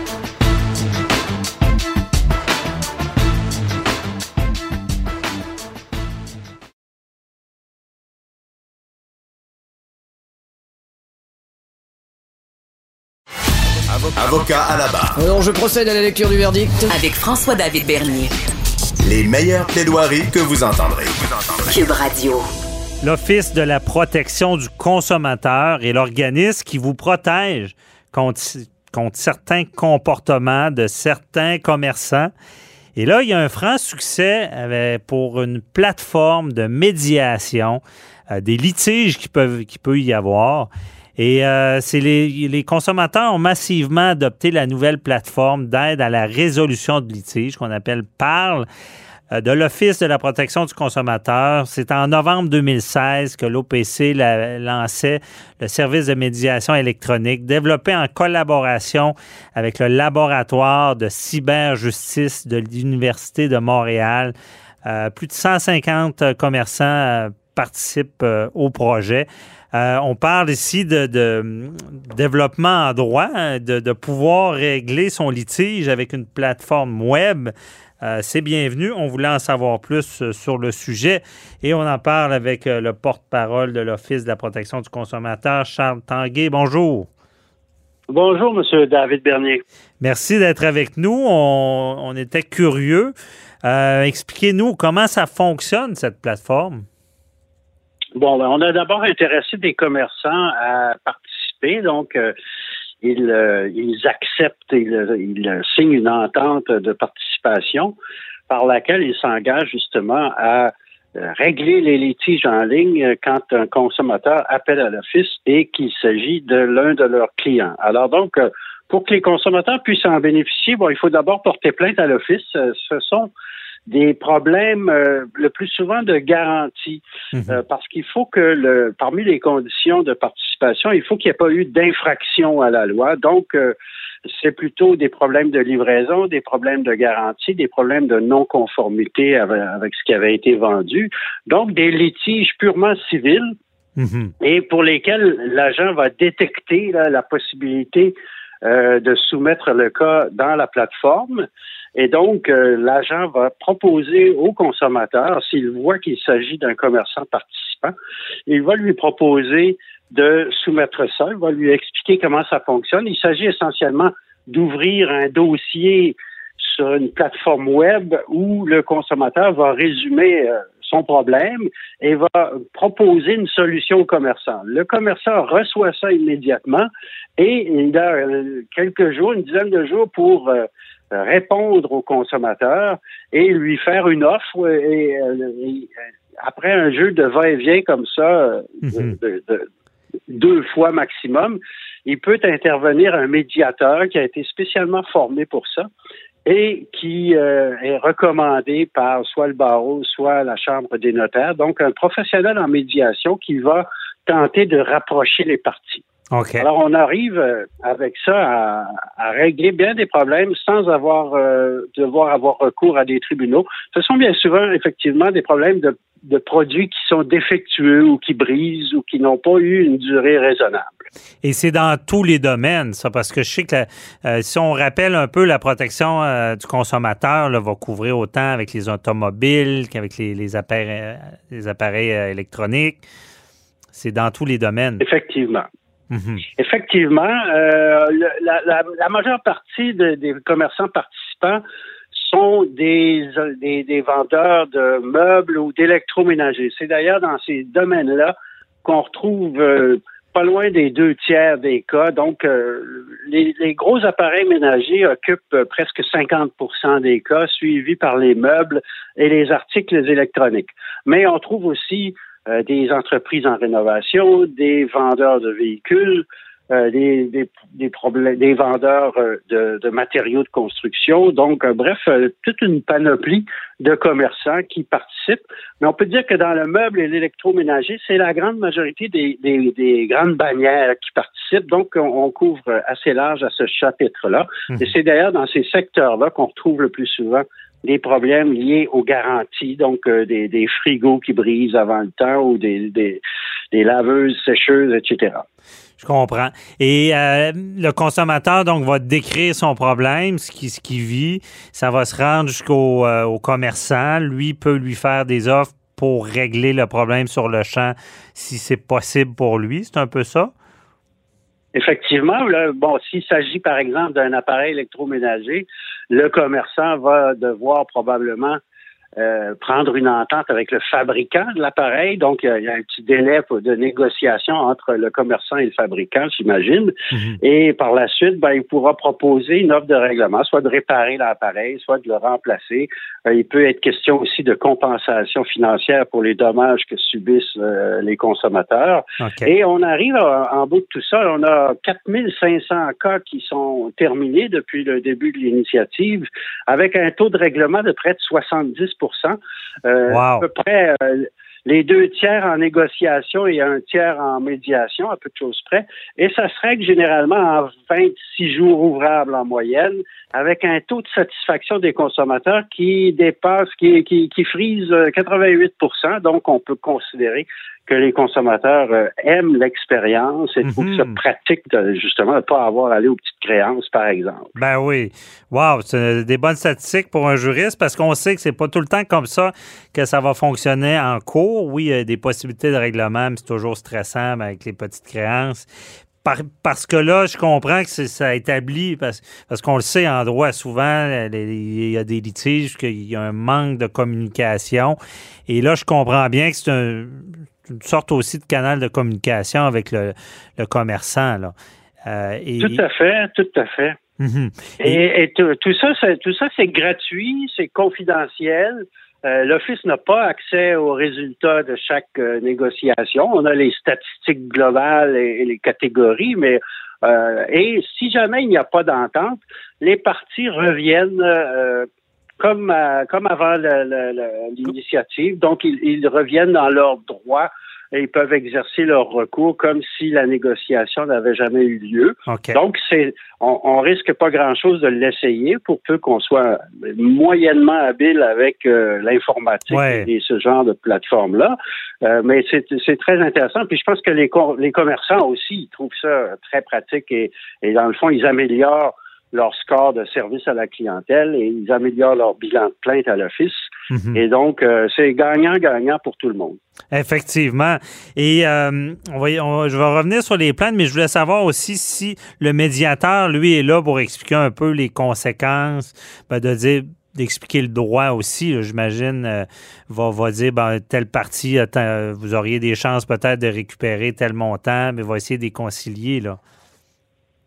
Speaker 3: Avocat à la barre.
Speaker 7: Alors, je procède à la lecture du verdict.
Speaker 1: Avec François-David Bernier.
Speaker 3: Les meilleures plaidoiries que vous entendrez.
Speaker 1: Cube Radio.
Speaker 4: L'Office de la protection du consommateur est l'organisme qui vous protège contre, contre certains comportements de certains commerçants. Et là, il y a un franc succès avec, pour une plateforme de médiation euh, des litiges qui peuvent, qui peut y avoir. Et euh, c'est les, les consommateurs ont massivement adopté la nouvelle plateforme d'aide à la résolution de litiges qu'on appelle Parle euh, de l'Office de la protection du consommateur. C'est en novembre deux mille seize que l'O P C la, lançait le service de médiation électronique développé en collaboration avec le laboratoire de cyberjustice de l'Université de Montréal. Euh, plus de cent cinquante commerçants euh, participent euh, au projet. Euh, on parle ici de, de développement en droit, hein, de, de pouvoir régler son litige avec une plateforme web. Euh, c'est bienvenu. On voulait en savoir plus euh, sur le sujet et on en parle avec euh, le porte-parole de l'Office de la protection du consommateur, Charles Tanguay. Bonjour.
Speaker 8: Bonjour, M. David Bernier.
Speaker 4: Merci d'être avec nous. On, on était curieux. Euh, expliquez-nous comment ça fonctionne, cette plateforme.
Speaker 8: Bon, ben, on a d'abord intéressé des commerçants à participer. Donc, euh, ils, euh, ils acceptent, ils, ils signent une entente de participation par laquelle ils s'engagent justement à euh, régler les litiges en ligne quand un consommateur appelle à l'office et qu'il s'agit de l'un de leurs clients. Alors donc, euh, pour que les consommateurs puissent en bénéficier, bon, il faut d'abord porter plainte à l'office. Euh, ce sont des problèmes euh, le plus souvent de garantie, mmh. euh, parce qu'il faut que, le, parmi les conditions de participation, il faut qu'il n'y ait pas eu d'infraction à la loi. Donc, euh, c'est plutôt des problèmes de livraison, des problèmes de garantie, des problèmes de non-conformité avec, avec ce qui avait été vendu. Donc, des litiges purement civils mmh. et pour lesquels l'agent va détecter là, la possibilité euh, de soumettre le cas dans la plateforme. Et donc, euh, l'agent va proposer au consommateur, s'il voit qu'il s'agit d'un commerçant participant, il va lui proposer de soumettre ça, il va lui expliquer comment ça fonctionne. Il s'agit essentiellement d'ouvrir un dossier sur une plateforme web où le consommateur va résumer euh, son problème et va proposer une solution au commerçant. Le commerçant reçoit ça immédiatement et il a euh, quelques jours, une dizaine de jours pour euh, répondre au consommateur et lui faire une offre. Et, et, et après un jeu de va-et-vient comme ça, mm-hmm. de, de, de, deux fois maximum, il peut intervenir un médiateur qui a été spécialement formé pour ça et qui euh, est recommandé par soit le barreau, soit la Chambre des notaires. Donc, un professionnel en médiation qui va tenter de rapprocher les parties.
Speaker 4: Okay.
Speaker 8: Alors, on arrive euh, avec ça à, à régler bien des problèmes sans avoir euh, devoir avoir recours à des tribunaux. Ce sont bien souvent, effectivement, des problèmes de, de produits qui sont défectueux ou qui brisent ou qui n'ont pas eu une durée raisonnable.
Speaker 4: Et c'est dans tous les domaines, ça, parce que je sais que la, euh, si on rappelle un peu la protection euh, du consommateur, là, va couvrir autant avec les automobiles qu'avec les, les appareils, les appareils euh, électroniques. C'est dans tous les domaines.
Speaker 8: Effectivement.
Speaker 4: Mm-hmm.
Speaker 8: Effectivement, euh, le, la, la, la majeure partie de, des commerçants participants sont des, des, des vendeurs de meubles ou d'électroménagers. C'est d'ailleurs dans ces domaines-là qu'on retrouve euh, pas loin des deux tiers des cas. Donc, euh, les, les gros appareils ménagers occupent euh, presque cinquante pour cent des cas, suivis par les meubles et les articles électroniques. Mais on trouve aussi euh, des entreprises en rénovation, des vendeurs de véhicules, euh, des, des, des, problèmes, des vendeurs euh, de, de matériaux de construction. Donc, euh, bref, euh, toute une panoplie de commerçants qui participent. Mais on peut dire que dans le meuble et l'électroménager, c'est la grande majorité des, des, des grandes bannières qui participent. Donc, on, on couvre assez large à ce chapitre-là. Mmh. Et c'est d'ailleurs dans ces secteurs-là qu'on retrouve le plus souvent des problèmes liés aux garanties, donc euh, des, des frigos qui brisent avant le temps ou des, des, des laveuses, sécheuses, et cetera.
Speaker 4: Je comprends. Et euh, le consommateur, donc, va décrire son problème, ce qu'il ce qui vit. Ça va se rendre jusqu'au euh, au commerçant. Lui peut lui faire des offres pour régler le problème sur le champ si c'est possible pour lui. C'est un peu ça?
Speaker 8: Effectivement, là, bon, s'il s'agit par exemple d'un appareil électroménager, le commerçant va devoir probablement euh, prendre une entente avec le fabricant de l'appareil. Donc, il y, y a un petit délai de négociation entre le commerçant et le fabricant, j'imagine. Mm-hmm. Et par la suite, ben, il pourra proposer une offre de règlement, soit de réparer l'appareil, soit de le remplacer. Euh, il peut être question aussi de compensation financière pour les dommages que subissent euh, les consommateurs. Okay. Et on arrive à, en bout de tout ça, on a quatre mille cinq cents cas qui sont terminés depuis le début de l'initiative, avec un taux de règlement de près de soixante-dix pour cent. Euh, wow. À peu près euh, les deux tiers en négociation et un tiers en médiation, à peu de choses près. Et ça se règle généralement en vingt-six jours ouvrables en moyenne, avec un taux de satisfaction des consommateurs qui dépasse, qui, qui, qui frise quatre-vingt-huit pour cent. Donc, on peut considérer que les consommateurs euh, aiment l'expérience et trouvent mm-hmm. ça pratique, de, justement, de ne pas avoir à aller aux petites créances, par exemple.
Speaker 4: Ben oui. Wow, c'est des bonnes statistiques pour un juriste parce qu'on sait que c'est pas tout le temps comme ça que ça va fonctionner en cours. Oui, il y a des possibilités de règlement, mais c'est toujours stressant avec les petites créances. Par, parce que là, je comprends que c'est, ça établit, parce, parce qu'on le sait en droit, souvent, il y a des litiges, qu'il y a un manque de communication. Et là, je comprends bien que c'est un, une sorte aussi de canal de communication avec le, le commerçant, là.
Speaker 8: Euh, et, tout à fait, tout à fait.
Speaker 4: Mm-hmm.
Speaker 8: Et, et, et tout, tout ça, c'est, tout ça, c'est gratuit, c'est confidentiel. Euh, l'Office n'a pas accès aux résultats de chaque euh, négociation. On a les statistiques globales et, et les catégories, mais euh, et si jamais il n'y a pas d'entente, les parties reviennent euh, comme euh, comme avant le, le, le, l'initiative. Donc, ils, ils reviennent dans leurs droits et ils peuvent exercer leur recours comme si la négociation n'avait jamais eu lieu. Okay. Donc, c'est, on, on risque pas grand-chose de l'essayer pour peu qu'on soit moyennement habile avec euh, l'informatique ouais. et ce genre de plateforme-là. Euh, mais c'est, c'est très intéressant. Puis je pense que les, les commerçants aussi, ils trouvent ça très pratique et, et dans le fond, ils améliorent leur score de service à la clientèle et ils améliorent leur bilan de plainte à l'Office. Mm-hmm. Et donc, euh, c'est gagnant-gagnant pour tout le monde.
Speaker 4: Effectivement. Et euh, on va, on, je vais revenir sur les plaintes, mais je voulais savoir aussi si le médiateur, lui, est là pour expliquer un peu les conséquences, ben, de dire d'expliquer le droit aussi, là, j'imagine, euh, va, va dire, ben, telle partie, attends, vous auriez des chances peut-être de récupérer tel montant, mais va essayer de les concilier, là.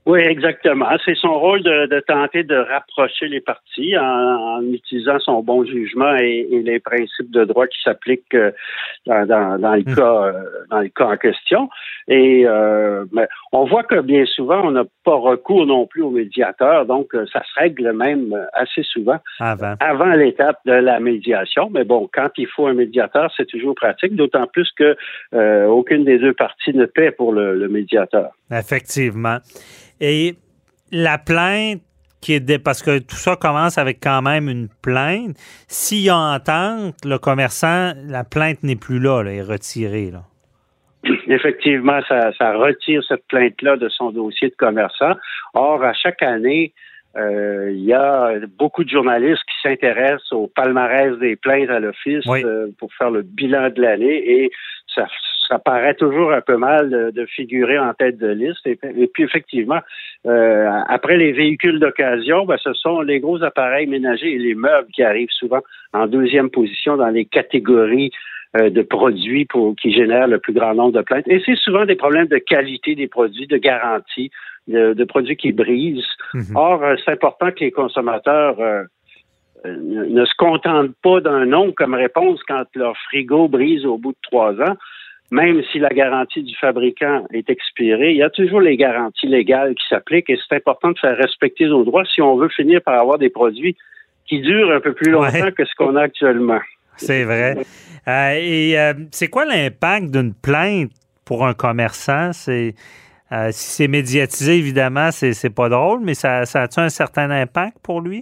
Speaker 8: Oui, exactement. C'est son rôle de, de tenter de rapprocher les parties en, en utilisant son bon jugement et, et les principes de droit qui s'appliquent euh, dans, dans, dans le mmh. cas euh, dans le cas en question. Et euh, mais on voit que bien souvent, on n'a pas recours non plus au médiateur, donc euh, ça se règle même assez souvent
Speaker 4: avant,
Speaker 8: avant l'étape de la médiation. Mais bon, quand il faut un médiateur, c'est toujours pratique, d'autant plus que euh, aucune des deux parties ne paie pour le, le médiateur.
Speaker 4: Effectivement. Et la plainte qui est dé... parce que tout ça commence avec quand même une plainte. S'il y a entente, le commerçant, la plainte n'est plus là, là, elle est retirée, là.
Speaker 8: Effectivement, ça, ça retire cette plainte-là de son dossier de commerçant. Or, à chaque année, euh, il y a beaucoup de journalistes qui s'intéressent au palmarès des plaintes à l'office oui. euh, pour faire le bilan de l'année et ça ça paraît toujours un peu mal de, de figurer en tête de liste. Et, et puis, effectivement, euh, après les véhicules d'occasion, ben, ce sont les gros appareils ménagers et les meubles qui arrivent souvent en deuxième position dans les catégories euh, de produits pour, qui génèrent le plus grand nombre de plaintes. Et c'est souvent des problèmes de qualité des produits, de garantie, de, de produits qui brisent. Mm-hmm. Or, euh, c'est important que les consommateurs euh, euh, ne se contentent pas d'un non comme réponse quand leur frigo brise au bout de trois ans. Même si la garantie du fabricant est expirée, il y a toujours les garanties légales qui s'appliquent et c'est important de faire respecter nos droits si on veut finir par avoir des produits qui durent un peu plus longtemps ouais. que ce qu'on a actuellement.
Speaker 4: C'est vrai. Euh, et euh, c'est quoi l'impact d'une plainte pour un commerçant? C'est, euh, si c'est médiatisé, évidemment, c'est, c'est pas drôle, mais ça, ça a-tu un certain impact pour lui?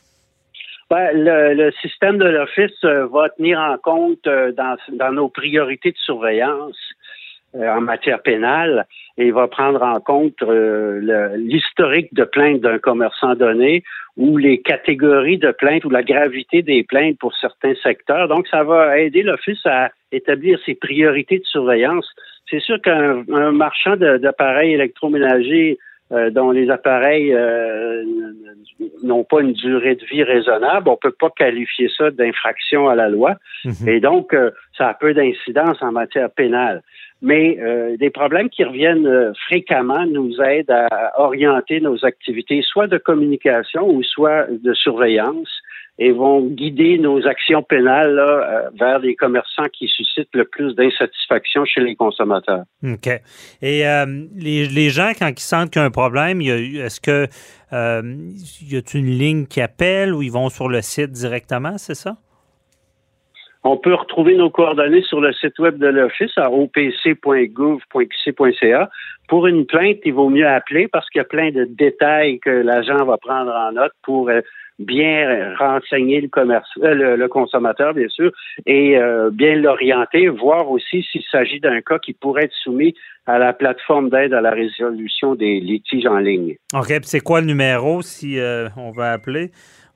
Speaker 8: Ben, le, le système de l'Office euh, va tenir en compte euh, dans, dans nos priorités de surveillance euh, en matière pénale et il va prendre en compte euh, le, l'historique de plainte d'un commerçant donné ou les catégories de plaintes ou la gravité des plaintes pour certains secteurs. Donc, ça va aider l'Office à établir ses priorités de surveillance. C'est sûr qu'un un marchand de, d'appareils électroménagers Euh, dont les appareils euh, n'ont pas une durée de vie raisonnable, on peut pas qualifier ça d'infraction à la loi. Mm-hmm. Et donc, euh, ça a peu d'incidence en matière pénale. Mais euh, des problèmes qui reviennent euh, fréquemment nous aident à orienter nos activités, soit de communication ou soit de surveillance, et vont guider nos actions pénales là, euh, vers les commerçants qui suscitent le plus d'insatisfaction chez les consommateurs.
Speaker 4: OK. Et euh, les, les gens, quand ils sentent qu'il y a un problème, il y a, est-ce que euh, y a une ligne qui appelle ou ils vont sur le site directement, c'est ça?
Speaker 8: On peut retrouver nos coordonnées sur le site web de l'Office à o p c point gouv point q c point c a. Pour une plainte, il vaut mieux appeler parce qu'il y a plein de détails que l'agent va prendre en note pour euh, bien renseigner le, commerce, euh, le, le consommateur, bien sûr, et euh, bien l'orienter, voir aussi s'il s'agit d'un cas qui pourrait être soumis à la plateforme d'aide à la résolution des litiges en ligne.
Speaker 4: OK. Puis c'est quoi le numéro si euh, on veut appeler?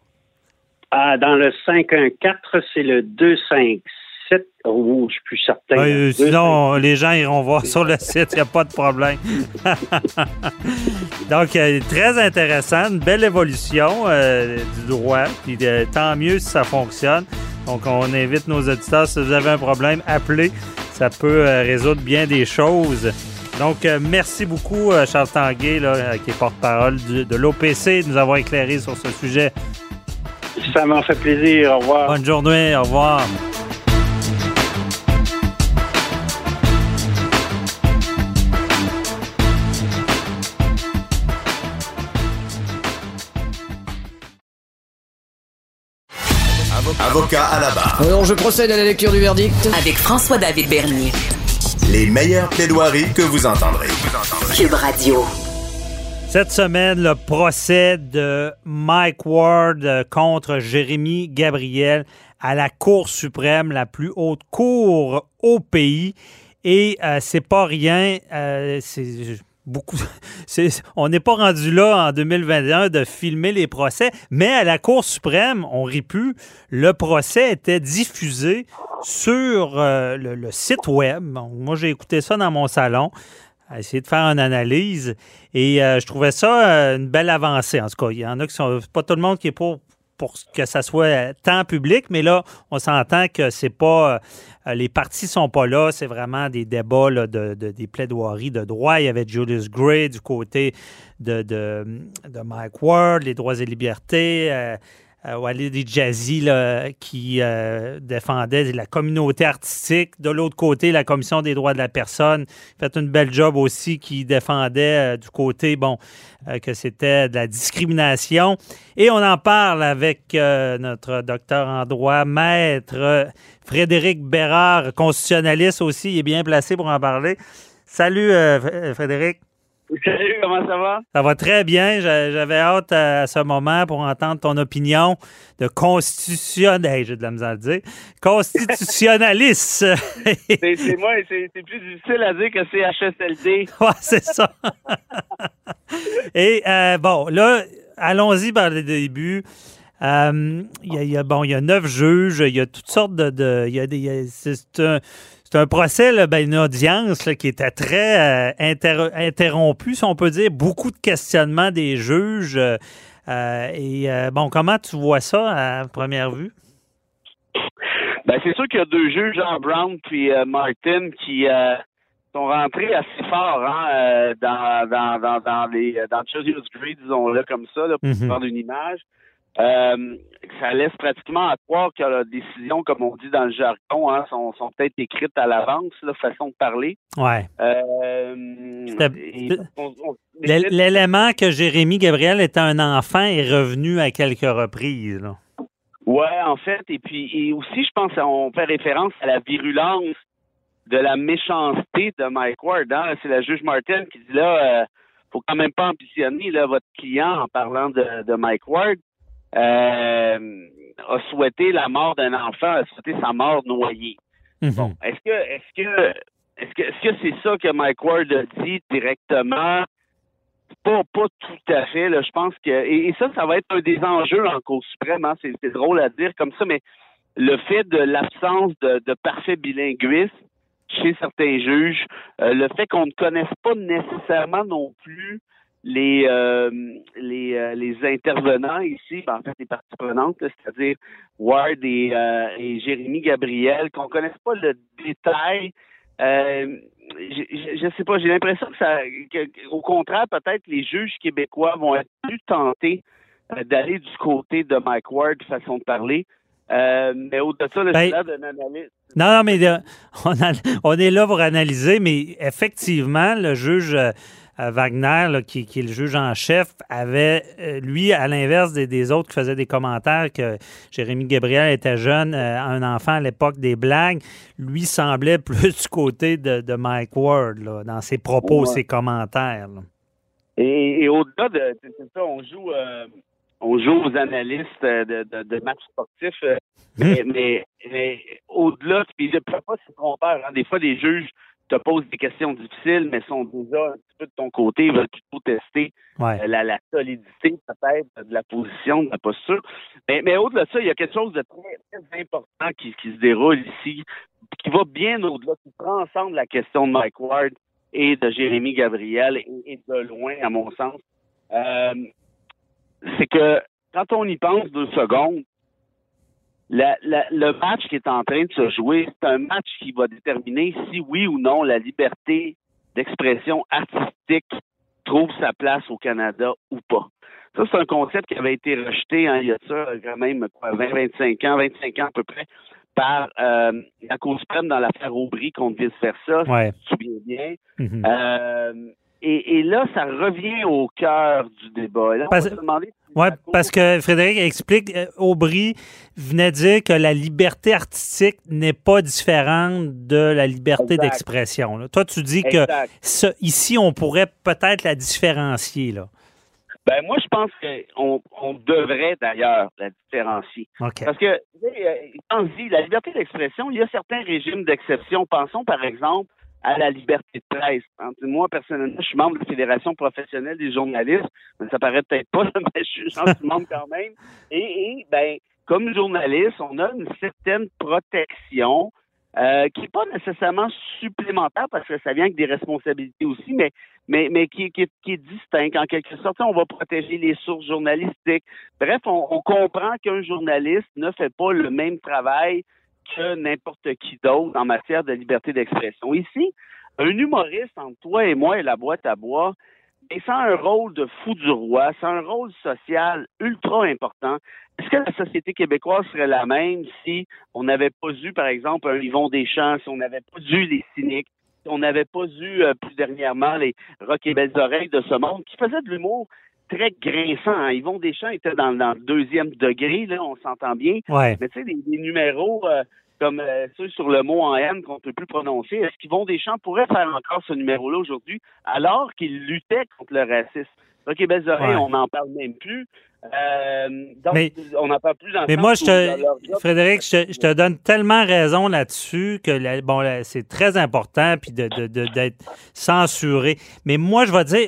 Speaker 8: Ah, dans le cinq un quatre, c'est le deux cinq sept. Oh, je suis plus certain.
Speaker 4: Oui, sinon, les gens iront voir sur le site, il n'y a pas de problème. Donc, euh, très intéressant, une belle évolution euh, du droit. Puis euh, tant mieux si ça fonctionne. Donc, on invite nos auditeurs, si vous avez un problème, appelez. Ça peut euh, résoudre bien des choses. Donc, euh, merci beaucoup, euh, Charles Tanguay, là, qui est porte-parole du, de l'O P C, de nous avoir éclairé sur ce sujet.
Speaker 8: Ça m'en fait plaisir. Au revoir.
Speaker 4: Bonne journée. Au revoir.
Speaker 3: Avocat à la barre.
Speaker 7: Alors, je procède à la lecture du verdict.
Speaker 1: Avec François-David Bernier.
Speaker 3: Les meilleures plaidoiries que vous entendrez.
Speaker 1: Cube Radio.
Speaker 4: Cette semaine, le procès de Mike Ward contre Jérémy Gabriel à la Cour suprême, la plus haute cour au pays. Et euh, c'est pas rien, euh, c'est beaucoup. C'est, on n'est pas rendu là en deux mille vingt et un de filmer les procès, mais à la Cour suprême, on rit plus. Le procès était diffusé sur euh, le, le site web. Bon, moi, j'ai écouté ça dans mon salon, à essayer de faire une analyse. Et euh, je trouvais ça euh, une belle avancée. En tout cas, il y en a qui sont... pas tout le monde qui est pour pour que ça soit tant public, mais là, on s'entend que c'est pas... Euh, les partis sont pas là, c'est vraiment des débats là, de, de, des plaidoiries de droit. Il y avait Julius Gray du côté de, de, de Mike Ward, les droits et libertés, euh, euh, Walid Jazzy là, qui euh, défendait la communauté artistique. De l'autre côté, la Commission des droits de la personne fait une belle job aussi qui défendait euh, du côté, bon, euh, que c'était de la discrimination. Et on en parle avec euh, notre docteur en droit, maître euh, Frédéric Bérard, constitutionnaliste aussi. Il est bien placé pour en parler. Salut, euh, Frédéric.
Speaker 9: Salut, comment ça va?
Speaker 4: Ça va très bien. J'avais hâte à ce moment pour entendre ton opinion de constitutionnel, j'ai de la misère à le dire, constitutionnaliste.
Speaker 9: c'est, c'est moi, c'est, c'est plus difficile à dire que c'est H S L D.
Speaker 4: Ouais, c'est ça. Et euh, bon, là, allons-y par le début. Euh, il y a, il y a, bon, il y a neuf juges, il y a toutes sortes de... de il y a des, il y a, c'est un... C'est un procès, là, ben, une audience là, qui était très euh, inter- interrompue, si on peut dire. Beaucoup de questionnements des juges. Euh, euh, et euh, bon, comment tu vois ça à première vue?
Speaker 9: Ben, c'est sûr qu'il y a deux juges, Jean Brown puis euh, Martin, qui euh, sont rentrés assez fort hein, euh, dans, dans, dans, dans les dans Julius Gray, disons-le comme ça, là, pour mm-hmm. prendre une image. Euh, ça laisse pratiquement à croire que la décision, comme on dit dans le jargon, hein, sont, sont peut-être écrites à l'avance, la façon de parler.
Speaker 4: Ouais.
Speaker 9: Euh,
Speaker 4: et, on, on, l'élément que Jérémy Gabriel était un enfant est revenu à quelques reprises. Là.
Speaker 9: Ouais, en fait, et puis et aussi, je pense qu'on fait référence à la virulence de la méchanceté de Mike Ward. Hein? C'est la juge Martin qui dit là, euh, faut quand même pas ambitionner là, votre client en parlant de, de Mike Ward. Euh, a souhaité la mort d'un enfant, a souhaité sa mort noyée. Mm-hmm. Bon, est-ce que, est-ce que, est-ce que, est-ce que c'est ça que Mike Ward a dit directement? Pas, pas tout à fait. Là, je pense que, et, et ça, ça va être un des enjeux en Cour suprême. Hein, c'est, c'est drôle à dire comme ça, mais le fait de l'absence de, de parfait bilinguisme chez certains juges, euh, le fait qu'on ne connaisse pas nécessairement non plus les euh, les euh, les intervenants ici, ben, en fait les parties prenantes, là, c'est-à-dire Ward et, euh, et Jérémy Gabriel, qu'on ne connaisse pas le détail. Euh, je, je sais pas, j'ai l'impression que ça, que, au contraire, peut-être les juges québécois vont être plus tentés euh, d'aller du côté de Mike Ward, façon de parler. Euh, mais au-delà de ça, le
Speaker 4: ben,
Speaker 9: d'un analyste.
Speaker 4: Non, non, mais euh, on, a, on est là pour analyser, mais effectivement, le juge euh, Wagner, là, qui, qui est le juge en chef, avait, euh, lui, à l'inverse des, des autres qui faisaient des commentaires que Jérémy Gabriel était jeune, euh, un enfant à l'époque des blagues, lui semblait plus du côté de, de Mike Ward, là, dans ses propos, ouais. ses commentaires. Là.
Speaker 9: Et, et au-delà de c'est ça, on joue... Euh... On joue aux analystes de, de, de matchs sportifs, euh, mmh. mais, mais, mais au-delà, puis je ne peux pas se tromper. Hein, des fois, les juges te posent des questions difficiles, mais sont déjà un petit peu de ton côté, ils veulent plutôt tester
Speaker 4: ouais.
Speaker 9: euh, la, la solidité peut-être de la position, de la posture. Mais, mais au-delà de ça, il y a quelque chose de très, très important qui, qui se déroule ici, qui va bien au-delà, qui prend ensemble la question de Mike Ward et de Jérémy Gabriel, et, et de loin, à mon sens. Euh, c'est que quand on y pense deux secondes, la, la, le match qui est en train de se jouer, c'est un match qui va déterminer si oui ou non la liberté d'expression artistique trouve sa place au Canada ou pas. Ça, c'est un concept qui avait été rejeté hein, il y a ça quand même quoi, vingt à vingt-cinq ans, vingt-cinq ans à peu près, par euh, la Cour suprême dans l'affaire Aubry contre vice-versa,
Speaker 4: ouais.
Speaker 9: si tu te souviens bien.
Speaker 4: Mm-hmm.
Speaker 9: Euh, Et, et là, ça revient au cœur du débat. Là, on
Speaker 4: parce,
Speaker 9: va se demander si
Speaker 4: ouais, parce que Frédéric explique, euh, Aubry venait dire que la liberté artistique n'est pas différente de la liberté exact. d'expression. Là. Toi, tu dis exact. que ça, ici, on pourrait peut-être la différencier. Là.
Speaker 9: Ben moi, je pense qu'on on devrait d'ailleurs la différencier.
Speaker 4: Okay.
Speaker 9: Parce que, quand je dis la liberté d'expression, il y a certains régimes d'exception. Pensons, par exemple, à la liberté de presse. Moi, personnellement, je suis membre de la Fédération professionnelle des journalistes, mais ça paraît peut-être pas, mais je suis membre quand même. Et, et ben, comme journaliste, on a une certaine protection euh, qui n'est pas nécessairement supplémentaire parce que ça vient avec des responsabilités aussi, mais, mais, mais qui, qui, qui est distinct. En quelque sorte, on va protéger les sources journalistiques. Bref, on, on comprend qu'un journaliste ne fait pas le même travail que n'importe qui d'autre en matière de liberté d'expression. Ici, un humoriste entre toi et moi et la boîte à bois, et sans un rôle de fou du roi, sans un rôle social ultra important, est-ce que la société québécoise serait la même si on n'avait pas eu, par exemple, un Yvon Deschamps, si on n'avait pas eu les cyniques, si on n'avait pas eu, euh, plus dernièrement, les Rock et Belles Oreilles de ce monde, qui faisaient de l'humour très grinçant. Hein? Yvon Deschamps était dans, dans le deuxième degré, là, on s'entend bien.
Speaker 4: Ouais.
Speaker 9: Mais tu sais, des, des numéros euh, comme euh, ceux sur le mot en haine qu'on ne peut plus prononcer, est-ce qu'Yvon Deschamps pourrait faire encore ce numéro-là aujourd'hui alors qu'il luttait contre le racisme? Rock et Belles Oreilles, ouais. On n'en parle même plus. Euh, donc, mais, on n'en parle plus dans le
Speaker 4: Mais moi, je te, Frédéric, je te, je te donne tellement raison là-dessus que la, bon, là, c'est très important puis de, de, de, d'être censuré. Mais moi, je vais dire,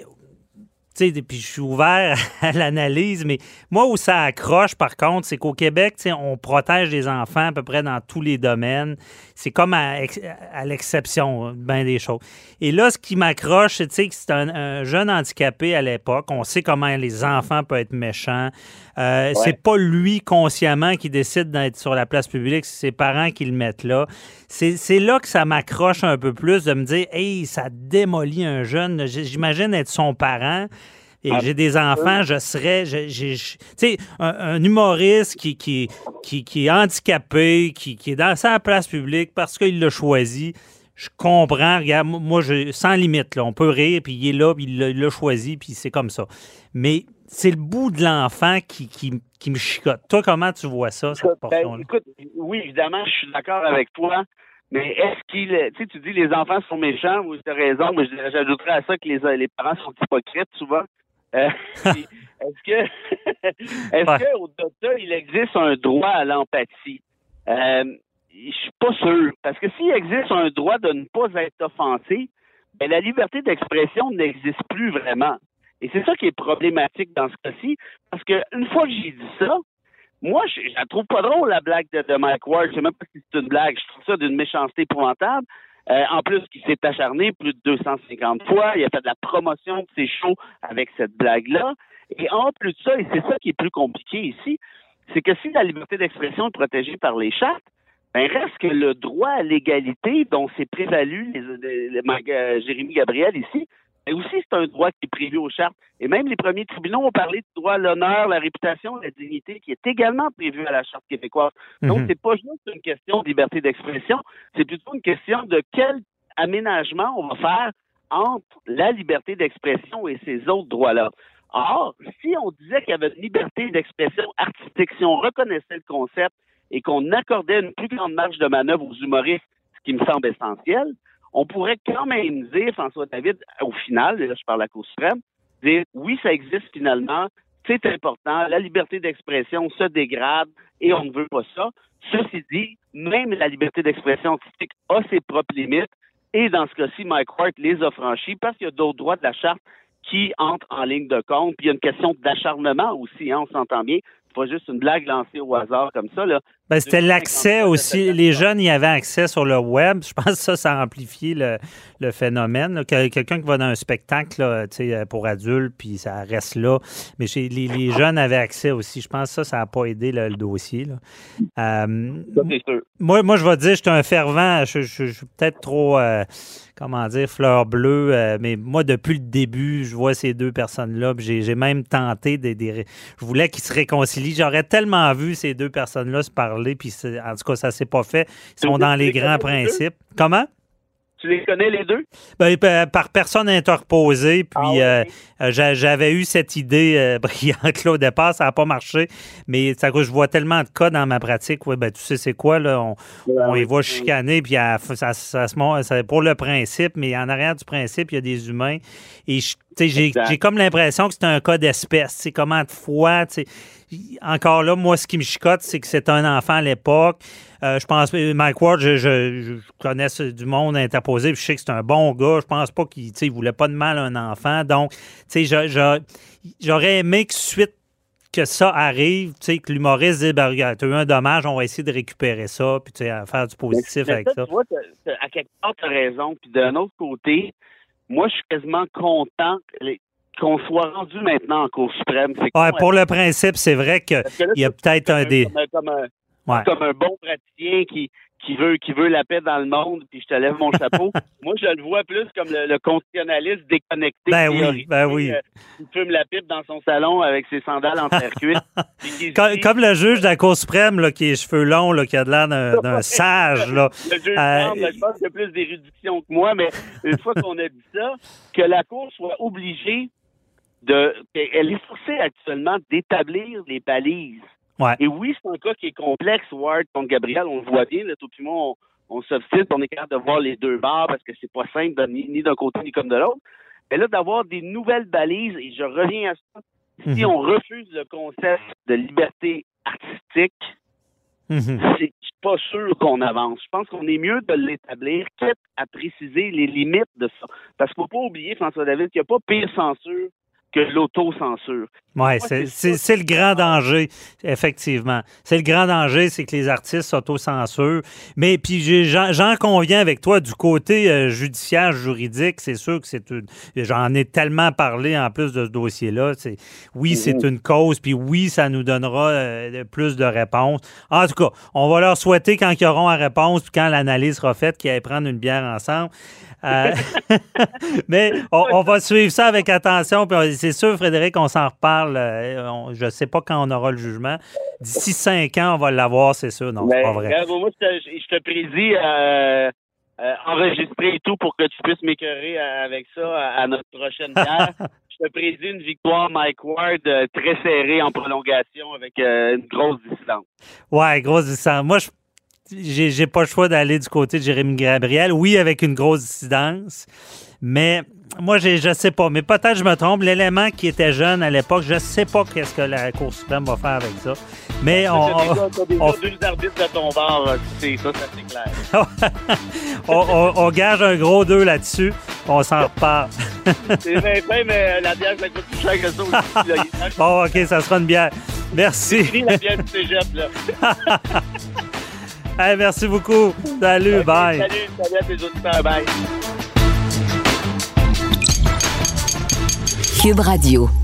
Speaker 4: tu sais, puis je suis ouvert à l'analyse, mais moi, où ça accroche, par contre, c'est qu'au Québec, tu sais, on protège les enfants à peu près dans tous les domaines. C'est comme à, à l'exception, bien des choses. Et là, ce qui m'accroche, c'est, tu sais, que c'est un, un jeune handicapé à l'époque. On sait comment les enfants peuvent être méchants. Euh, ouais. C'est pas lui, consciemment, qui décide d'être sur la place publique. C'est ses parents qui le mettent là. C'est, c'est là que ça m'accroche un peu plus, de me dire, hey, ça démolit un jeune. J'imagine être son parent. Et ah, j'ai des enfants, je serais, tu sais, un, un humoriste qui, qui, qui, qui est handicapé, qui, qui est dans sa place publique parce qu'il l'a choisi. Je comprends, regarde, moi, je, sans limite, là, on peut rire, puis il est là, puis il l'a, il l'a choisi, puis c'est comme ça. Mais c'est le bout de l'enfant qui, qui, qui me chicote. Toi, comment tu vois ça, cette portion-là?
Speaker 9: Ben, écoute, oui, évidemment, je suis d'accord avec toi. Mais est-ce qu'il... Tu sais, tu dis les enfants sont méchants, oui, tu as raison, mais j'ajouterais à ça que les, les parents sont hypocrites, souvent. Euh, est-ce que, est-ce ouais. que au-delà de ça, il existe un droit à l'empathie? Euh, je suis pas sûr. Parce que s'il existe un droit de ne pas être offensé, ben, la liberté d'expression n'existe plus vraiment. Et c'est ça qui est problématique dans ce cas-ci. Parce que une fois que j'ai dit ça, moi, je, je la trouve pas drôle, la blague de, de Mike Ward. Je sais même pas si c'est une blague. Je trouve ça d'une méchanceté épouvantable. Euh, en plus, il s'est acharné plus de deux cent cinquante fois. Il a fait de la promotion de ses shows avec cette blague-là. Et en plus de ça, et c'est ça qui est plus compliqué ici, c'est que si la liberté d'expression est protégée par les chartes, ben reste que le droit à l'égalité dont s'est prévalu les, les, les, les, euh, Jérémy Gabriel ici, mais aussi c'est un droit qui est prévu aux chartes. Et même les premiers tribunaux ont parlé du droit à l'honneur, la réputation, la dignité, qui est également prévu à la Charte québécoise. Mm-hmm. Donc, c'est pas juste une question de liberté d'expression, c'est plutôt une question de quel aménagement on va faire entre la liberté d'expression et ces autres droits-là. Or, si on disait qu'il y avait une liberté d'expression artistique, si on reconnaissait le concept et qu'on accordait une plus grande marge de manœuvre aux humoristes, ce qui me semble essentiel, on pourrait quand même dire, François David, au final, et là je parle à la Cour suprême, dire oui, ça existe finalement, c'est important, la liberté d'expression se dégrade et on ne veut pas ça. Ceci dit, même la liberté d'expression artistique a ses propres limites et dans ce cas-ci, Mike Ward les a franchis parce qu'il y a d'autres droits de la Charte qui entrent en ligne de compte. Puis il y a une question d'acharnement aussi, hein, on s'entend bien. C'est pas juste une blague lancée au hasard comme ça, là.
Speaker 4: Ben, c'était l'accès aussi. Les jeunes y avaient accès sur le web. Je pense que ça, ça a amplifié le, le phénomène. Là. Quelqu'un qui va dans un spectacle là, pour adultes, puis ça reste là. Mais chez, les, les jeunes avaient accès aussi. Je pense que ça, ça n'a pas aidé là, le dossier. Là. Euh,
Speaker 9: ça, c'est sûr.
Speaker 4: Moi, moi, je vais te dire, je suis un fervent. Je, je, je suis peut-être trop, euh, comment dire, fleur bleue. Euh, mais moi, depuis le début, je vois ces deux personnes-là. J'ai, j'ai même tenté de, de, je voulais qu'ils se réconcilient. J'aurais tellement vu ces deux personnes-là se parler. Puis en tout cas, ça ne s'est pas fait. Ils sont dans les grands principes. Comment?
Speaker 9: Tu les connais, les deux?
Speaker 4: Ben, par personne interposée. Puis ah oui. euh, j'avais eu cette idée euh, brillante là, au départ. Ça n'a pas marché. Mais ça, je vois tellement de cas dans ma pratique. Ouais, ben, tu sais, c'est quoi? Là, on, ouais, on les voit chicaner. Puis ça, ça, ça se montre pour le principe. Mais en arrière du principe, il y a des humains. Et j'ai, j'ai comme l'impression que c'est un cas d'espèce. C'est comment de fois, tu sais. Encore là, moi, ce qui me chicote, c'est que c'est un enfant à l'époque. Euh, je pense, Mike Ward, je, je, je connais du monde interposé, puis je sais que c'est un bon gars. Je pense pas qu'il ne voulait pas de mal à un enfant. Donc, tu sais, je, je, j'aurais aimé que suite que ça arrive, tu sais, que l'humoriste dit, ben, regarde, tu as eu un dommage, on va essayer de récupérer ça, puis tu sais, faire du positif mais, avec mais ça.
Speaker 9: Tu vois, t'as, t'as, à quelque part, tu as raison. Puis d'un autre côté, moi, je suis quasiment content qu'on soit rendu maintenant en Cour suprême. C'est
Speaker 4: ouais,
Speaker 9: con,
Speaker 4: pour le principe, c'est vrai qu'il y a peut-être un des...
Speaker 9: Comme, comme, un,
Speaker 4: ouais.
Speaker 9: comme un bon praticien qui, qui, veut, qui veut la paix dans le monde, puis je te lève mon chapeau. Moi, je le vois plus comme le, le constitutionnaliste déconnecté.
Speaker 4: Ben oui, ben oui.
Speaker 9: Euh, qui fume la pipe dans son salon avec ses sandales en terre cuite.
Speaker 4: comme, comme le juge de la Cour suprême, là, qui a les cheveux longs, là, qui a de l'air d'un, d'un sage. Là.
Speaker 9: Le juge
Speaker 4: euh,
Speaker 9: semble, je pense qu'il y a plus d'érudition que moi, mais une fois qu'on a dit ça, que la Cour soit obligée de... Elle est forcée actuellement d'établir les balises.
Speaker 4: Ouais.
Speaker 9: Et oui, c'est un cas qui est complexe, Ward contre Gabriel, on le voit bien, là, tout le monde, on, on s'obstine, on est capable de voir les deux barres parce que c'est pas simple de, ni, ni d'un côté ni comme de l'autre. Mais là, d'avoir des nouvelles balises, et je reviens à ça, si mm-hmm. on refuse le concept de liberté artistique, mm-hmm. c'est, je suis pas sûr qu'on avance. Je pense qu'on est mieux de l'établir, quitte à préciser les limites de ça. Parce qu'il faut pas oublier, François David, qu'il n'y a pas pire censure que l'autocensure.
Speaker 4: Oui, c'est, c'est, c'est le grand danger, effectivement. C'est le grand danger, c'est que les artistes s'autocensurent. Mais puis j'ai, j'en, j'en conviens avec toi, du côté euh, judiciaire, juridique, c'est sûr que c'est une... J'en ai tellement parlé en plus de ce dossier-là. C'est, oui, mmh. c'est une cause, puis oui, ça nous donnera euh, plus de réponses. En tout cas, on va leur souhaiter, quand ils auront la réponse, puis quand l'analyse sera faite, qu'ils aillent prendre une bière ensemble. Euh, mais on, on va suivre ça avec attention. Puis c'est sûr, Frédéric, on s'en reparle. Euh, on, je ne sais pas quand on aura le jugement. D'ici cinq ans, on va l'avoir, c'est sûr. Non, mais, c'est pas vrai.
Speaker 9: Regarde, moi, je te, je te prédis euh, euh, enregistrer et tout pour que tu puisses m'écœurer avec ça à, à notre prochaine bière. Je te prédis une victoire Mike Ward euh, très serrée en prolongation avec euh, une grosse distance.
Speaker 4: Ouais, grosse distance. Moi, je J'ai, j'ai pas le choix d'aller du côté de Jérémy Gabriel. Oui, avec une grosse dissidence, mais moi, j'ai, je sais pas. Mais peut-être je me trompe. L'élément qui était jeune à l'époque, je sais pas qu'est-ce que la Cour suprême va faire avec ça. Mais on...
Speaker 9: T'as déjà, on, deux arbitres de ton bord, c'est ça, ça c'est clair.
Speaker 4: on, on, on gage un gros deux là-dessus. On s'en reparle.
Speaker 9: C'est bien fait, mais la bière, ça coûte plus cher que ça aussi. Là.
Speaker 4: Oh, OK, ça sera une bière. Merci.
Speaker 9: C'est la bière du cégep, là.
Speaker 4: Hey, merci beaucoup. Salut, okay, bye.
Speaker 9: Salut, salut à tes auditeurs, bye.
Speaker 1: Cube Radio.